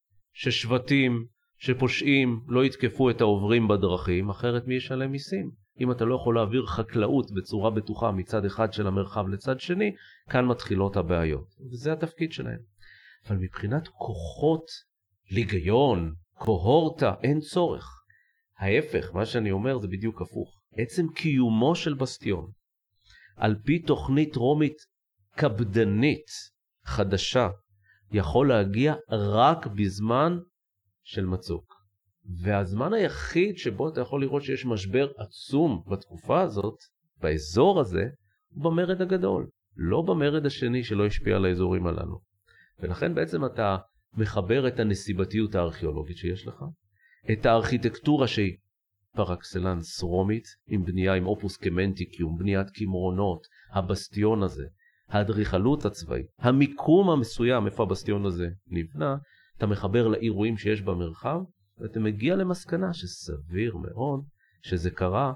C: ששבטים, שפושעים לא יתקפו את העוברים בדרכים, אחרת מי ישלם מיסים? אם אתה לא יכול להעביר חקלאות בצורה בטוחה מצד אחד של המרחב לצד שני, כאן מתחילות הבעיות. וזה התפקיד שלהם. אבל מבחינת כוחות, ליגיון, קוהורטה, אין צורך. ההפך, מה שאני אומר זה בדיוק הפוך. עצם קיומו של בסטיון, על פי תוכנית רומית קפדנית, חדשה, יכול להגיע רק בזמן של מצוק. והזמן היחיד שבו אתה יכול לראות שיש משבר עצום בתקופה הזאת, באזור הזה, הוא במרד הגדול. לא במרד השני שלא השפיע על האזורים הללו. ולכן בעצם אתה מחבר את הנסיבתיות הארכיאולוגית שיש לך, את הארכיטקטורה שהיא פרקסלנס רומית, עם בנייה עם אופוס קמנטיקיום, בניית כמרונות, הבסטיון הזה, האדריכלות הצבאית, המיקום המסוים איפה הבסטיון הזה נבנה, אתה מחבר לאירועים שיש במרחב, ואתה מגיע למסקנה שסביר מאוד שזה קרה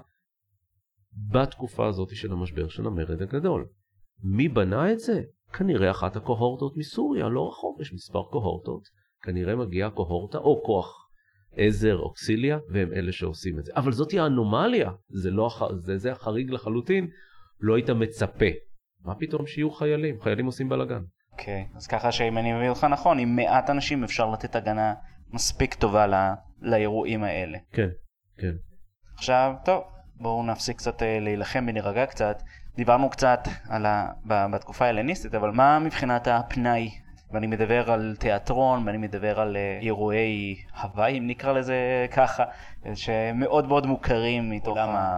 C: בתקופה הזאת של המשבר של המרד הגדול. מי בנה את זה? כנראה אחת הקוהורטות מסוריה, לא רחוק, יש מספר קוהורטות, כנראה מגיעה קוהורטה או כוח עזר, אוקסיליה, והם אלה שעושים את זה. אבל זאת היא האנומליה, זה, לא, זה, זה החריג לחלוטין, לא היית מצפה. מה פתאום שיהיו חיילים? חיילים עושים בלגן.
A: אוקיי, okay, אז ככה שאם אני מבין אותך נכון, עם מעט אנשים אפשר לתת הגנה מספיק טובה לא, לאירועים האלה.
C: כן, כן.
A: עכשיו, טוב, בואו נפסיק קצת להילחם ונרגע קצת. דיברנו קצת על ה... בתקופה ההלניסטית, אבל מה מבחינת הפנאי? ואני מדבר על תיאטרון, ואני מדבר על אירועי הוואי, אם נקרא לזה ככה, שמאוד מאוד מוכרים מתוך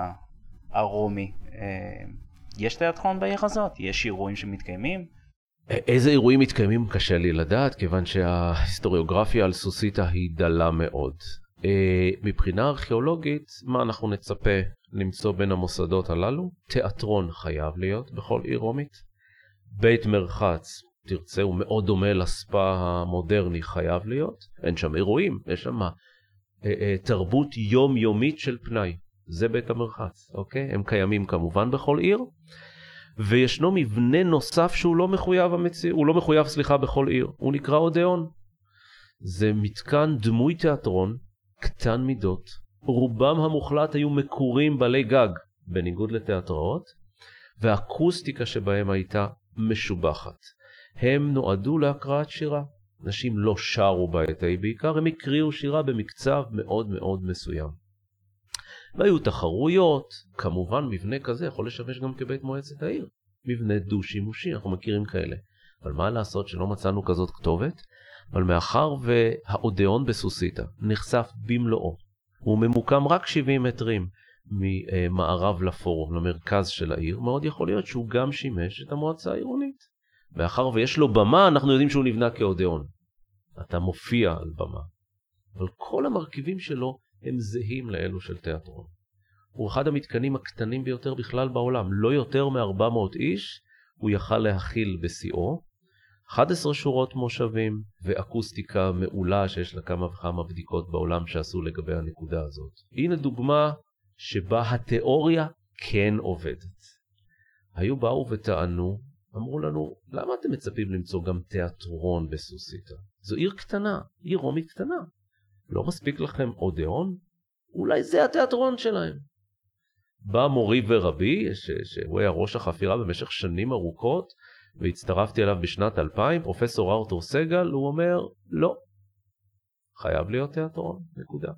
A: הרומי. יש תיאטרון בעיר הזאת? יש אירועים שמתקיימים?
C: איזה אירועים מתקיימים קשה לי לדעת, כיוון שההיסטוריוגרפיה על סוסיתא היא דלה מאוד. מבחינה ארכיאולוגית, מה אנחנו נצפה למצוא בין המוסדות הללו? תיאטרון חייב להיות בכל עיר רומית. בית מרחץ, תרצה, הוא מאוד דומה לספא המודרני, חייב להיות. אין שם אירועים, יש שם תרבות יומיומית של פנאי. זה בית המרחץ, אוקיי? הם קיימים כמובן בכל עיר. וישנו מבנה נוסף שהוא לא מחויב המציא, הוא לא מחויב, סליחה, בכל עיר. הוא נקרא אודאון. זה מתקן דמוי תיאטרון, קטן מידות. רובם המוחלט היו מקורים בעלי גג, בניגוד לתיאטראות, והאקוסטיקה שבהם הייתה משובחת. הם נועדו להקראת שירה. אנשים לא שרו בעת ההיא בעיקר, הם הקריאו שירה במקצב מאוד מאוד מסוים. והיו תחרויות, כמובן מבנה כזה יכול לשמש גם כבית מועצת העיר. מבנה דו-שימושי, אנחנו מכירים כאלה. אבל מה לעשות שלא מצאנו כזאת כתובת? אבל מאחר והאודיאון בסוסיתא נחשף במלואו, הוא ממוקם רק שבעים מטרים ממערב לפורום, למרכז של העיר, מאוד יכול להיות שהוא גם שימש את המועצה העירונית. מאחר ויש לו במה, אנחנו יודעים שהוא נבנה כאודיאון. אתה מופיע על במה. אבל כל המרכיבים שלו הם זהים לאלו של תיאטרון. הוא אחד המתקנים הקטנים ביותר בכלל בעולם, לא יותר מ-ארבע מאות איש, הוא יכל להכיל בשיאו, אחת עשרה שורות מושבים ואקוסטיקה מעולה שיש לה כמה וכמה בדיקות בעולם שעשו לגבי הנקודה הזאת. הנה דוגמה שבה התיאוריה כן עובדת. היו באו וטענו, אמרו לנו, למה אתם מצפים למצוא גם תיאטרון בסוסיתא? זו עיר קטנה, עיר רומית קטנה. לא מספיק לכם אודיאון? אולי זה התיאטרון שלהם. בא מורי ורבי, שהוא היה ראש החפירה במשך שנים ארוכות, והצטרפתי אליו בשנת אלפיים, פרופסור ארתור סגל, הוא אומר, לא, חייב להיות תיאטרון, נקודה.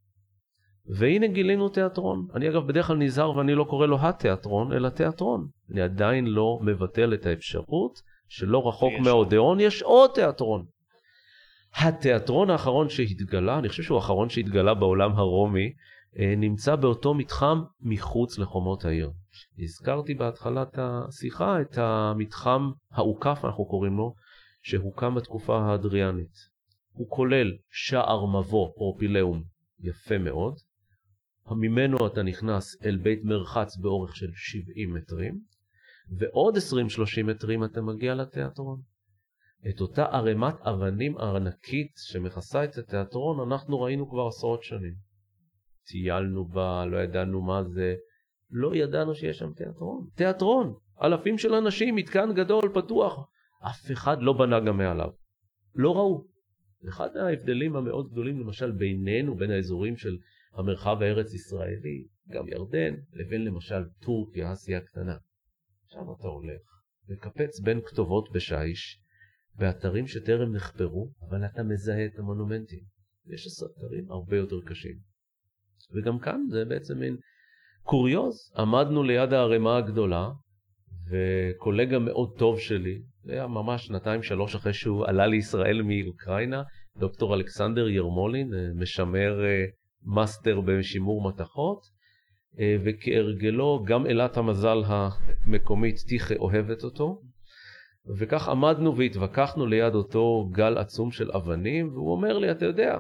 C: והנה גילינו תיאטרון. אני אגב בדרך כלל נזהר ואני לא קורא לו התיאטרון, אלא תיאטרון. אני עדיין לא מבטל את האפשרות שלא רחוק מהאודיאון יש עוד תיאטרון. התיאטרון האחרון שהתגלה, אני חושב שהוא האחרון שהתגלה בעולם הרומי, נמצא באותו מתחם מחוץ לחומות העיר. הזכרתי בהתחלת השיחה את המתחם העוקף, אנחנו קוראים לו, שהוקם בתקופה האדריאנית. הוא כולל שער מבוא, פרופילאום, יפה מאוד. ממנו אתה נכנס אל בית מרחץ באורך של שבעים מטרים, ועוד עשרים שלושים מטרים אתה מגיע לתיאטרון. את אותה ערימת אבנים ענקית שמכסה את התיאטרון אנחנו ראינו כבר עשרות שנים. טיילנו בה, לא ידענו מה זה, לא ידענו שיש שם תיאטרון. תיאטרון, אלפים של אנשים, מתקן גדול, פתוח. אף אחד לא בנה גם מעליו. לא ראו. אחד ההבדלים המאוד גדולים למשל בינינו, בין האזורים של המרחב הארץ ישראלי, גם ירדן, לבין למשל טורקיה, אסיה הקטנה. שם אתה הולך, וקפץ בין כתובות בשיש, באתרים שטרם נחפרו, אבל אתה מזהה את המונומנטים. יש אתרים הרבה יותר קשים. וגם כאן זה בעצם מין קוריוז. עמדנו ליד הערימה הגדולה, וקולגה מאוד טוב שלי, זה היה ממש שנתיים שלוש אחרי שהוא עלה לישראל מאוקראינה, דוקטור אלכסנדר ירמולין, משמר מאסטר בשימור מתכות, וכהרגלו גם אלת המזל המקומית תיכה אוהבת אותו, וכך עמדנו והתווכחנו ליד אותו גל עצום של אבנים, והוא אומר לי, אתה יודע,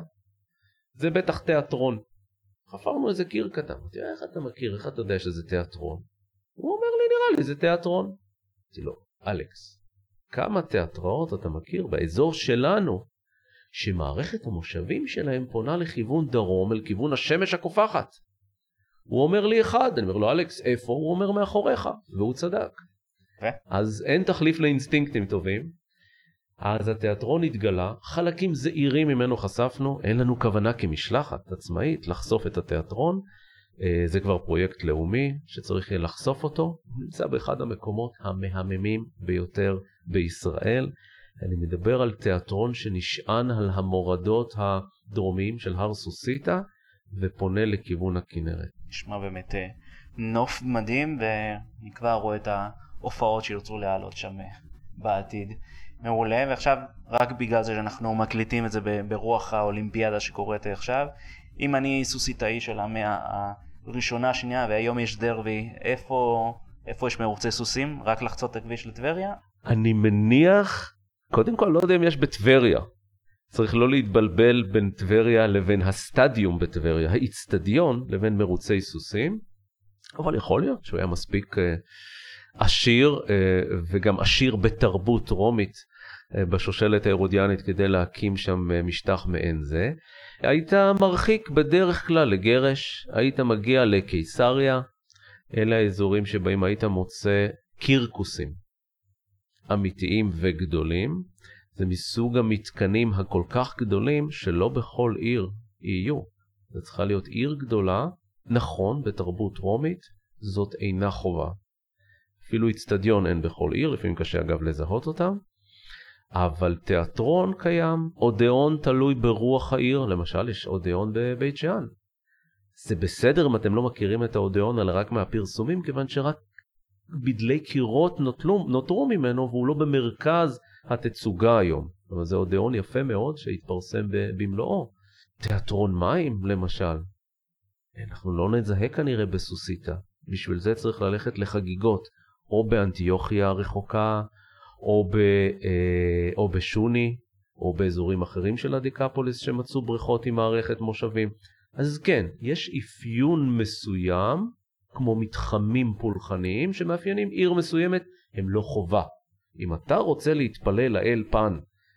C: זה בטח תיאטרון. חפרנו איזה קיר קטן, תראה איך אתה מכיר, איך אתה יודע שזה תיאטרון? הוא אומר לי, נראה לי, זה תיאטרון. אמרתי לו, אלכס, כמה תיאטראות אתה מכיר באזור שלנו, שמערכת המושבים שלהם פונה לכיוון דרום, אל כיוון השמש הקופחת? הוא אומר לי אחד, אני אומר לו, אלכס, איפה? הוא אומר מאחוריך, והוא צדק. אז אין תחליף לאינסטינקטים טובים. אז התיאטרון התגלה, חלקים זעירים ממנו חשפנו, אין לנו כוונה כמשלחת עצמאית לחשוף את התיאטרון, זה כבר פרויקט לאומי שצריך לחשוף אותו, נמצא באחד המקומות המהממים ביותר בישראל. אני מדבר על תיאטרון שנשען על המורדות הדרומיים של הר סוסיתא ופונה לכיוון הכנרת.
A: נשמע באמת נוף מדהים, ואני כבר רואה את ההופעות שירצו להעלות שם בעתיד. מעולה, ועכשיו רק בגלל זה שאנחנו מקליטים את זה ברוח האולימפיאדה שקורית עכשיו, אם אני סוסיתאי של המאה הראשונה, השנייה, והיום יש דרבי, איפה, איפה יש מרוצי סוסים? רק לחצות את הכביש לטבריה?
C: אני מניח, קודם כל לא יודע אם יש בטבריה. צריך לא להתבלבל בין טבריה לבין הסטדיום בטבריה, האיצטדיון לבין מרוצי סוסים, אבל יכול להיות שהוא היה מספיק עשיר, וגם עשיר בתרבות רומית בשושלת ההרודיאנית כדי להקים שם משטח מעין זה. היית מרחיק בדרך כלל לגרש, היית מגיע לקיסריה, אלה האזורים שבהם היית מוצא קירקוסים אמיתיים וגדולים. זה מסוג המתקנים הכל כך גדולים שלא בכל עיר יהיו. זה צריכה להיות עיר גדולה, נכון, בתרבות רומית, זאת אינה חובה. אפילו אצטדיון אין בכל עיר, לפעמים קשה אגב לזהות אותם, אבל תיאטרון קיים, אודיאון תלוי ברוח העיר, למשל יש אודיאון בבית שאן. זה בסדר אם אתם לא מכירים את האודיאון אלא רק מהפרסומים, כיוון שרק בדלי קירות נותרו, נותרו ממנו והוא לא במרכז התצוגה היום. אבל זה אודיאון יפה מאוד שהתפרסם במלואו. תיאטרון מים למשל. אנחנו לא נזהה כנראה בסוסיתא. בשביל זה צריך ללכת לחגיגות, או באנטיוכיה הרחוקה, או, ב, אה, או בשוני, או באזורים אחרים של הדיקאפוליס שמצאו בריכות עם מערכת מושבים. אז כן, יש אפיון מסוים, כמו מתחמים פולחניים, שמאפיינים עיר מסוימת, הם לא חובה. אם אתה רוצה להתפלל לאל פן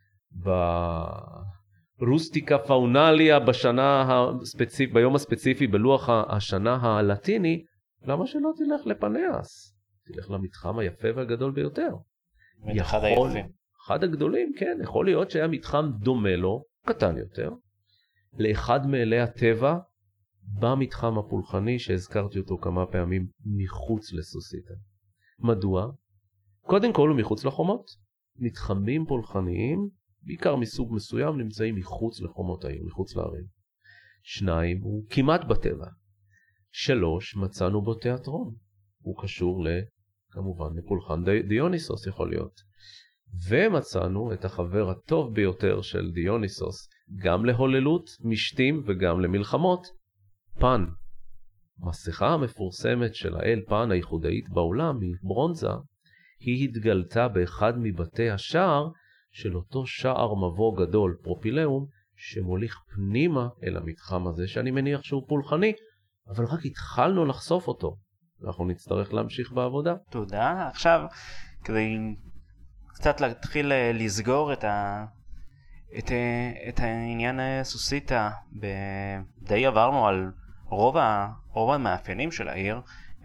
C: ברוסטיקה פאונליה בשנה הספציפ... ביום הספציפי בלוח השנה הלטיני, למה שלא תלך לפנאס? תלך למתחם היפה והגדול ביותר.
A: אחד היפים.
C: אחד הגדולים, כן. יכול להיות שהיה מתחם דומה לו, קטן יותר, לאחד מאלי הטבע, במתחם הפולחני שהזכרתי אותו כמה פעמים מחוץ לסוסיתא. מדוע? קודם כל הוא מחוץ לחומות. מתחמים פולחניים, בעיקר מסוג מסוים, נמצאים מחוץ לחומות העיר, מחוץ לערים. שניים, הוא כמעט בטבע. שלוש, מצאנו בו תיאטרון. הוא קשור ל, כמובן, לפולחן די, דיוניסוס יכול להיות. ומצאנו את החבר הטוב ביותר של דיוניסוס, גם להוללות, משתים וגם למלחמות, פן. מסכה המפורסמת של האל פן הייחודאית בעולם, מברונזה, היא התגלתה באחד מבתי השער של אותו שער מבוא גדול, פרופילאום, שמוליך פנימה אל המתחם הזה, שאני מניח שהוא פולחני, אבל רק התחלנו לחשוף אותו. אנחנו נצטרך להמשיך בעבודה.
A: תודה. עכשיו, כדי קצת להתחיל לסגור את ה... את, את העניין סוסיתא, די עברנו על רוב, ה, רוב המאפיינים של העיר.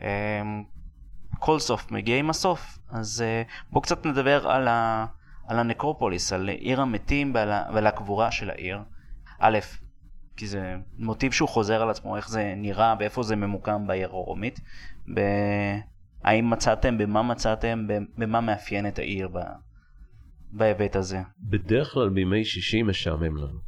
A: כל סוף מגיע עם הסוף, אז בואו קצת נדבר על, ה, על הנקרופוליס, על עיר המתים ועל, ועל הקבורה של העיר. א', כי זה מוטיב שהוא חוזר על עצמו, איך זה נראה ואיפה זה ממוקם בעיר הרומית. ב... האם מצאתם, במה מצאתם, במה מאפיין את העיר ב... בהיבט הזה?
C: בדרך כלל בימי שישי משעמם לנו.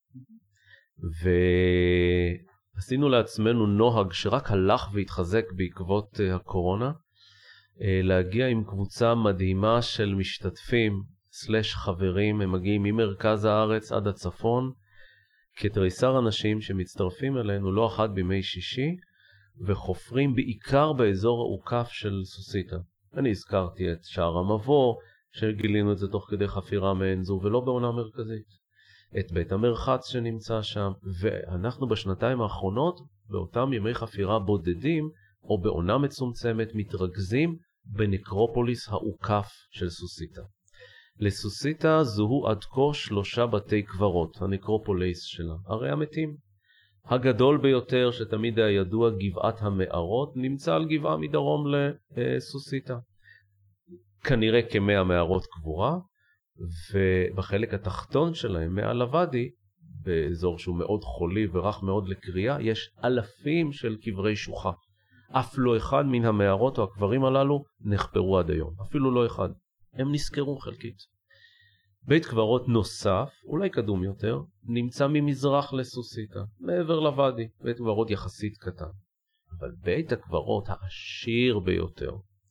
C: ועשינו לעצמנו נוהג שרק הלך והתחזק בעקבות הקורונה, להגיע עם קבוצה מדהימה של משתתפים סלש חברים, הם מגיעים ממרכז הארץ עד הצפון, כתריסר אנשים שמצטרפים אלינו לא אחת בימי שישי, וחופרים בעיקר באזור העוקף של סוסיתא. אני הזכרתי את שער המבוא, שגילינו את זה תוך כדי חפירה מעין זו, ולא בעונה מרכזית. את בית המרחץ שנמצא שם, ואנחנו בשנתיים האחרונות, באותם ימי חפירה בודדים, או בעונה מצומצמת, מתרכזים בנקרופוליס העוקף של סוסיתא. לסוסיתא זוהו עד כה שלושה בתי קברות, הנקרופוליס שלה, הרי המתים. הגדול ביותר שתמיד היה ידוע, גבעת המערות, נמצא על גבעה מדרום לסוסיתא. כנראה כמאה מערות קבורה, ובחלק התחתון שלהם, מעל הוואדי, באזור שהוא מאוד חולי ורח מאוד לקריאה, יש אלפים של קברי שוחה. אף לא אחד מן המערות או הקברים הללו נחפרו עד היום. אפילו לא אחד. הם נזכרו חלקית. בית קברות נוסף, אולי קדום יותר, נמצא ממזרח לסוסיתא, מעבר לוואדי. בית קברות יחסית קטן. אבל בית הקברות העשיר ביותר,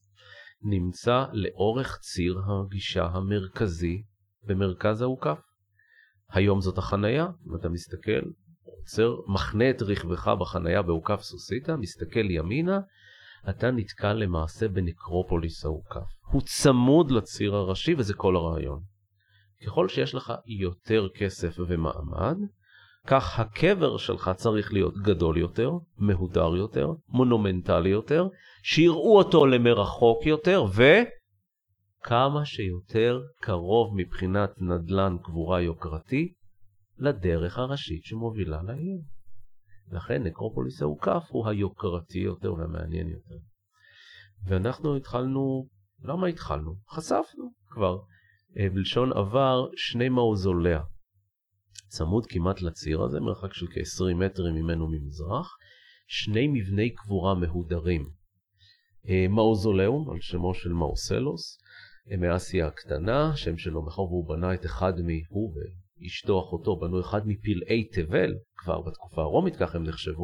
C: נמצא לאורך ציר הגישה המרכזי במרכז העוקף. היום זאת החנייה, אם אתה מסתכל, עוצר, מחנה את רכבך בחנייה בעוקף סוסיתא, מסתכל ימינה, אתה נתקל למעשה בנקרופוליס העוקף. הוא צמוד לציר הראשי וזה כל הרעיון. ככל שיש לך יותר כסף ומעמד, כך הקבר שלך צריך להיות גדול יותר, מהודר יותר, מונומנטלי יותר, שיראו אותו למרחוק יותר, וכמה שיותר קרוב מבחינת נדלן קבורה יוקרתי, לדרך הראשית שמובילה לעיר. לכן נקרופוליס העוקף הוא היוקרתי יותר והמעניין יותר. ואנחנו התחלנו, למה התחלנו? חשפנו כבר, בלשון עבר, שני מאוזוליה. צמוד כמעט לציר הזה, מרחק של כ-עשרים מטרים ממנו ממזרח, שני מבני קבורה מהודרים. מאוזולאום, על שמו של מאוסלוס, מאסיה הקטנה, שם שלו מחור, והוא בנה את אחד מהוא ואשתו אחותו, בנו אחד מפלאי תבל, כבר בתקופה הרומית כך הם נחשבו,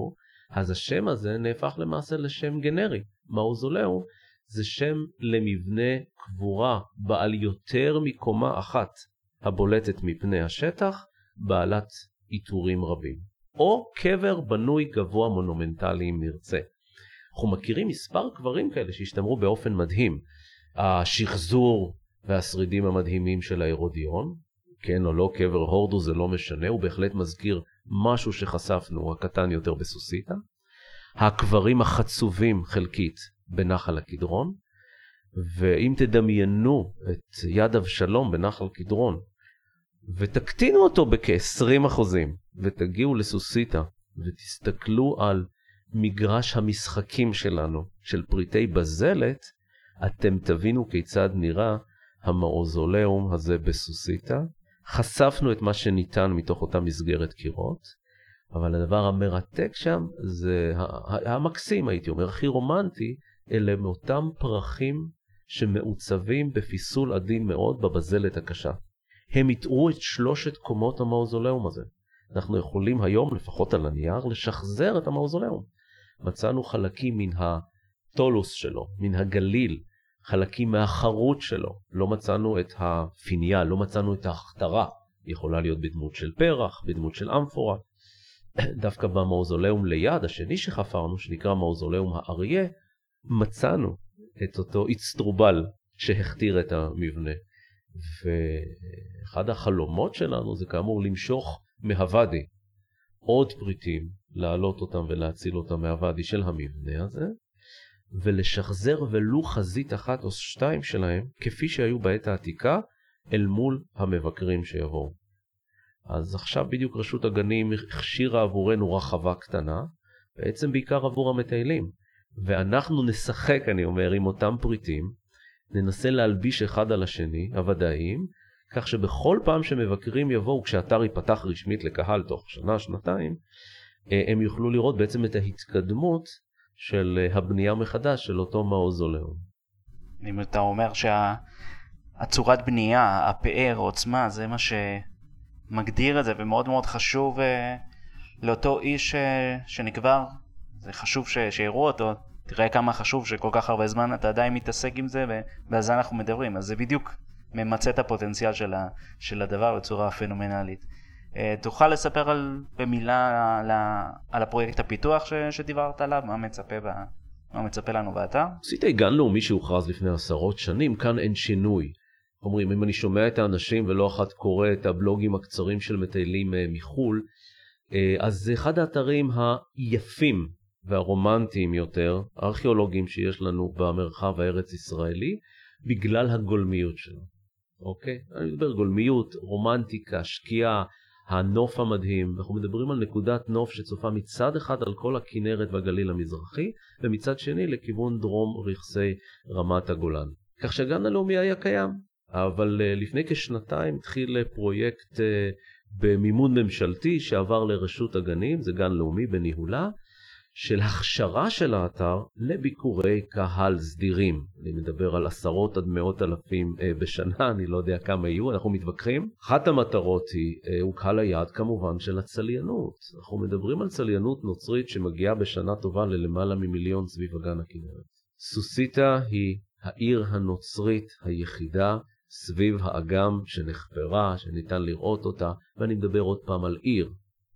C: אז השם הזה נהפך למעשה לשם גנרי. מאוזולאום זה שם למבנה קבורה בעל יותר מקומה אחת הבולטת מפני השטח, בעלת עיטורים רבים. או קבר בנוי גבוה מונומנטלי אם נרצה. אנחנו מכירים מספר קברים כאלה שהשתמרו באופן מדהים. השחזור והשרידים המדהימים של ההרודיון, כן או לא, קבר הורדו זה לא משנה, הוא בהחלט מזכיר משהו שחשפנו, הקטן יותר בסוסיתא. הקברים החצובים חלקית בנחל הקדרון, ואם תדמיינו את יד אבשלום בנחל קדרון, ותקטינו אותו בכ-עשרים אחוזים, ותגיעו לסוסיתא, ותסתכלו על מגרש המשחקים שלנו, של פריטי בזלת, אתם תבינו כיצד נראה המאוזולאום הזה בסוסיתא. חשפנו את מה שניתן מתוך אותה מסגרת קירות, אבל הדבר המרתק שם זה המקסים, הייתי אומר, הכי רומנטי, אלה מאותם פרחים שמעוצבים בפיסול עדין מאוד בבזלת הקשה. הם יתארו את שלושת קומות המאוזולאום הזה. אנחנו יכולים היום, לפחות על הנייר, לשחזר את המאוזולאום. מצאנו חלקים מן הטולוס שלו, מן הגליל, חלקים מהחרוט שלו. לא מצאנו את הפיניה, לא מצאנו את ההכתרה. יכולה להיות בדמות של פרח, בדמות של אמפורה. דווקא במאוזולאום ליד, השני שחפרנו, שנקרא מאוזולאום האריה, מצאנו את אותו אצטרובל שהכתיר את המבנה. ואחד החלומות שלנו זה כאמור למשוך מהוואדי עוד פריטים, להעלות אותם ולהציל אותם מהוואדי של המבנה הזה, ולשחזר ולו חזית אחת או שתיים שלהם, כפי שהיו בעת העתיקה, אל מול המבקרים שיבואו. אז עכשיו בדיוק רשות הגנים הכשירה עבורנו רחבה קטנה, בעצם בעיקר עבור המטיילים. ואנחנו נשחק, אני אומר, עם אותם פריטים, ננסה להלביש אחד על השני, הוודאים, כך שבכל פעם שמבקרים יבואו, כשאתר ייפתח רשמית לקהל תוך שנה, שנתיים, הם יוכלו לראות בעצם את ההתקדמות של הבנייה מחדש של אותו מאוזולאום.
A: אם אתה אומר שהצורת בנייה, הפאר, עוצמה, זה מה שמגדיר את זה, ומאוד מאוד חשוב לאותו איש שנקבר, זה חשוב שיראו אותו, תראה כמה חשוב שכל כך הרבה זמן אתה עדיין מתעסק עם זה, ועל זה אנחנו מדברים, אז זה בדיוק ממצא את הפוטנציאל של, ה, של הדבר בצורה פנומנלית. תוכל לספר על, במילה על, על הפרויקט הפיתוח ש, שדיברת עליו, מה מצפה, ב, מה מצפה לנו באתר?
C: סוסיתא גן לאומי שהוכרז לפני עשרות שנים, כאן אין שינוי. אומרים, אם אני שומע את האנשים ולא אחת קורא את הבלוגים הקצרים של מטיילים מחול, אז זה אחד האתרים היפים והרומנטיים יותר, הארכיאולוגיים שיש לנו במרחב הארץ ישראלי, בגלל הגולמיות שלו. אוקיי? אני מדבר גולמיות, רומנטיקה, שקיעה, הנוף המדהים. אנחנו מדברים על נקודת נוף שצופה מצד אחד על כל הכנרת והגליל המזרחי, ומצד שני לכיוון דרום רכסי רמת הגולן. כך שהגן הלאומי היה קיים, אבל לפני כשנתיים התחיל פרויקט במימון ממשלתי שעבר לרשות הגנים, זה גן לאומי בניהולה, של הכשרה של האתר לביקורי קהל סדירים. אני מדבר על עשרות עד מאות אלפים בשנה, אני לא יודע כמה יהיו, אנחנו מתווכחים. אחת המטרות היא, הוא קהל היעד כמובן של הצליינות. אנחנו מדברים על צליינות נוצרית שמגיעה בשנה טובה ללמעלה ממיליון סביב אגן הכנרת. סוסיתא היא העיר הנוצרית היחידה סביב האגם שנחפרה, שניתן לראות אותה, ואני מדבר עוד פעם על עיר.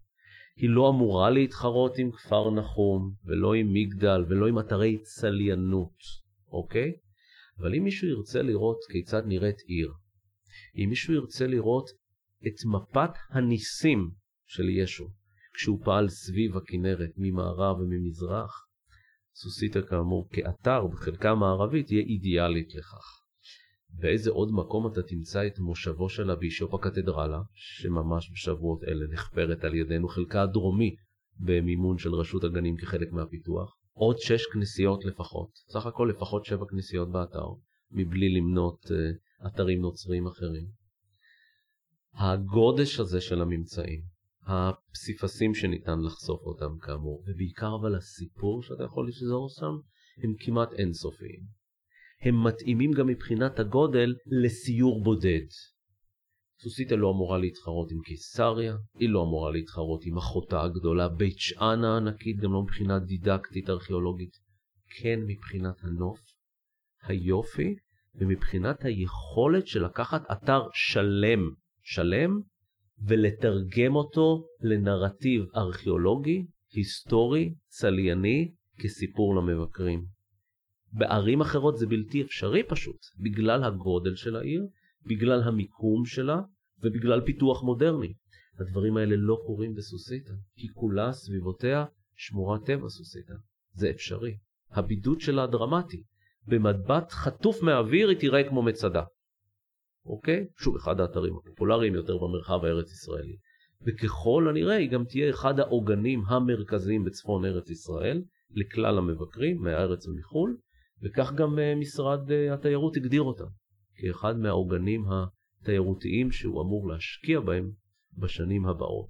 C: היא לא אמורה להתחרות עם כפר נחום, ולא עם מגדל, ולא עם אתרי צליינות, אוקיי? אבל אם מישהו ירצה לראות כיצד נראית עיר, אם מישהו ירצה לראות את מפת הניסים של ישו, כשהוא פעל סביב הכנרת, ממערב וממזרח, סוסיתא כאמור כאתר בחלקה המערבית תהיה אידיאלית לכך. באיזה עוד מקום אתה תמצא את מושבו של הבישוף הקתדרלה, שממש בשבועות אלה נחפרת על ידינו, חלקה הדרומי במימון של רשות הגנים כחלק מהפיתוח. עוד שש כנסיות לפחות, סך הכל לפחות שבע כנסיות באתר, מבלי למנות uh, אתרים נוצריים אחרים. הגודש הזה של הממצאים, הפסיפסים שניתן לחשוף אותם כאמור, ובעיקר אבל הסיפור שאתה יכול לשזור שם, הם כמעט אינסופיים. הם מתאימים גם מבחינת הגודל לסיור בודד. סוסיתא לא אמורה להתחרות עם קיסריה, היא לא אמורה להתחרות עם אחותה הגדולה, בית שאן הענקית, גם לא מבחינה דידקטית ארכיאולוגית, כן מבחינת הנוף, היופי, ומבחינת היכולת של לקחת אתר שלם, שלם, ולתרגם אותו לנרטיב ארכיאולוגי, היסטורי, צלייני, כסיפור למבקרים. בערים אחרות זה בלתי אפשרי פשוט, בגלל הגודל של העיר, בגלל המיקום שלה, ובגלל פיתוח מודרני. הדברים האלה לא קורים בסוסיתא, כי כולה סביבותיה שמורת טבע סוסיתא. זה אפשרי. הבידוד שלה דרמטי. במבט חטוף מהאוויר היא תראה כמו מצדה. אוקיי? שוב, אחד האתרים הפופולריים יותר במרחב הארץ ישראלי. וככל הנראה היא גם תהיה אחד העוגנים המרכזיים בצפון ארץ ישראל, לכלל המבקרים, מהארץ ומחול, וכך גם משרד התיירות הגדיר אותה, כאחד מהעוגנים התיירותיים שהוא אמור להשקיע בהם בשנים הבאות.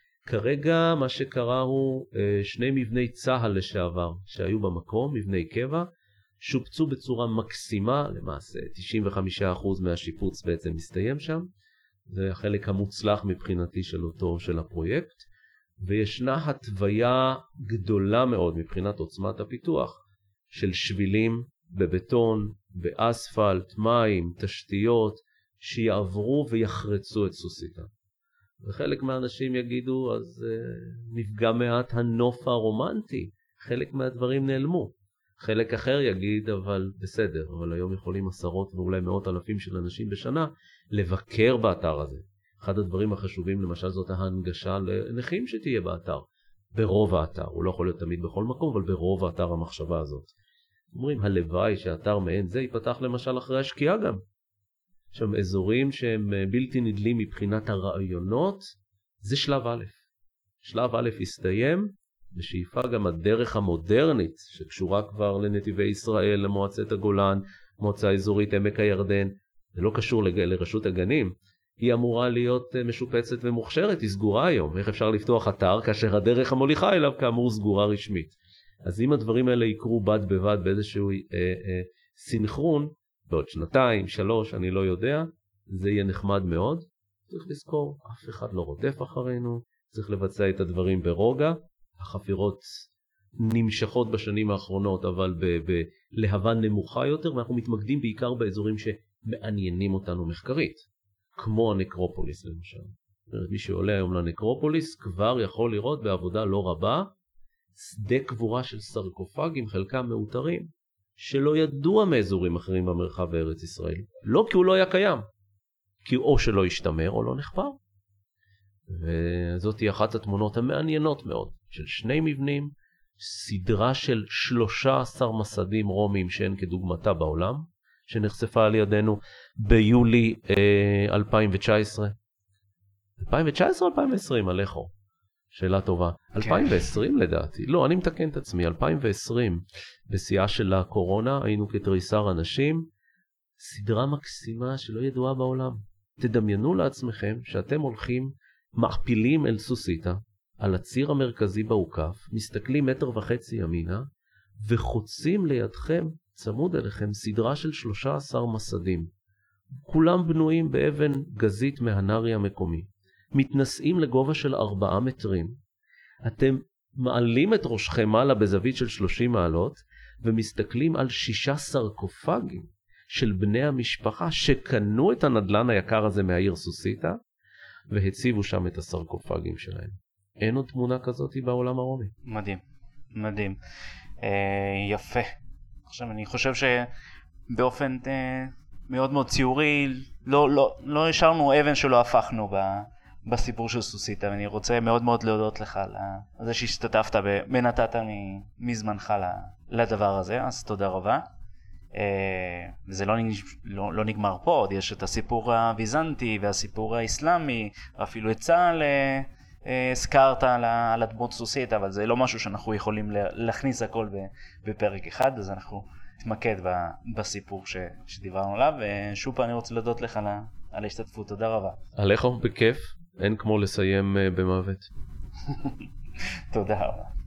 C: כרגע מה שקרה הוא שני מבני צהל לשעבר שהיו במקום, מבני קבע, שופצו בצורה מקסימה, למעשה תשעים וחמישה אחוז מהשיפוץ בעצם מסתיים שם, זה החלק המוצלח מבחינתי של אותו, של הפרויקט, וישנה התוויה גדולה מאוד מבחינת עוצמת הפיתוח, של שבילים בבטון, באספלט, מים, תשתיות, שיעברו ויחרצו את סוסיתא. וחלק מהאנשים יגידו, אז uh, נפגע מעט הנוף הרומנטי, חלק מהדברים נעלמו. חלק אחר יגיד, אבל בסדר, אבל היום יכולים עשרות ואולי מאות אלפים של אנשים בשנה לבקר באתר הזה. אחד הדברים החשובים למשל זאת ההנגשה לנכים שתהיה באתר. ברוב האתר, הוא לא יכול להיות תמיד בכל מקום, אבל ברוב האתר המחשבה הזאת. אומרים, הלוואי שאתר מעין זה ייפתח למשל אחרי השקיעה גם. שם אזורים שהם בלתי נדלים מבחינת הרעיונות, זה שלב א'. שלב א' הסתיים, בשאיפה גם הדרך המודרנית, שקשורה כבר לנתיבי ישראל, למועצת הגולן, מועצה אזורית עמק הירדן, זה לא קשור לג... לרשות הגנים, היא אמורה להיות משופצת ומוכשרת, היא סגורה היום. איך אפשר לפתוח אתר כאשר הדרך המוליכה אליו כאמור סגורה רשמית? אז אם הדברים האלה יקרו בד בבד באיזשהו אה, אה, סינכרון, בעוד שנתיים, שלוש, אני לא יודע, זה יהיה נחמד מאוד. צריך לזכור, אף אחד לא רודף אחרינו, צריך לבצע את הדברים ברוגע. החפירות נמשכות בשנים האחרונות, אבל בלהבה נמוכה יותר, ואנחנו מתמקדים בעיקר באזורים שמעניינים אותנו מחקרית, כמו הנקרופוליס למשל. מי שעולה היום לנקרופוליס כבר יכול לראות בעבודה לא רבה, שדה קבורה של סרקופגים, חלקם מאותרים, שלא ידוע מאזורים אחרים במרחב הארץ ישראל. לא כי הוא לא היה קיים, כי או שלא השתמר או לא נחפר. וזאת היא אחת התמונות המעניינות מאוד, של שני מבנים, סדרה של שלושה עשר מסדים רומיים שאין כדוגמתה בעולם, שנחשפה על ידינו ביולי אה, אלפיים תשע עשרה. אלפיים תשע עשרה או אלפיים עשרים, עליכו? שאלה טובה. כן. אלפיים ועשרים לדעתי. לא, אני מתקן את עצמי. אלפיים ועשרים, בשיאה של הקורונה, היינו כתריסר אנשים, סדרה מקסימה שלא ידועה בעולם. תדמיינו לעצמכם שאתם הולכים מעפילים אל סוסיתא, על הציר המרכזי בעוקף, מסתכלים מטר וחצי ימינה, וחוצים לידכם, צמוד אליכם, סדרה של שלושה עשר מסדים. כולם בנויים באבן גזית מהנרי המקומי. מתנסים לגובה של ארבעה מטרים. אתם מעלים את ראשכם מעלה בזווית של שלושים מעלות, ומסתכלים על שישה סרקופגים של בני המשפחה שקנו את הנדלן היקר הזה מהעיר סוסיתא, והציבו שם את הסרקופגים שלהם. אין עוד תמונה כזאת בעולם הרומי.
A: מדהים, מדהים. אה, יפה. עכשיו אני חושב שבאופן אה, מאוד מאוד ציורי, לא, לא, לא השארנו אבן שלא הפכנו ב, בסיפור של סוסיתא, ואני רוצה מאוד מאוד להודות לך על זה שהשתתפת ונתת מזמנך לדבר הזה, אז תודה רבה. וזה לא, לא, לא נגמר פה, עוד יש את הסיפור הביזנטי והסיפור האסלאמי, אפילו את צה"ל הזכרת על הדמות סוסיתא, אבל זה לא משהו שאנחנו יכולים להכניס הכל בפרק אחד, אז אנחנו נתמקד בסיפור שדיברנו עליו. ושוב אני רוצה להודות לך על ההשתתפות, תודה רבה.
C: עליך בכיף, אין כמו לסיים במוות.
A: תודה רבה.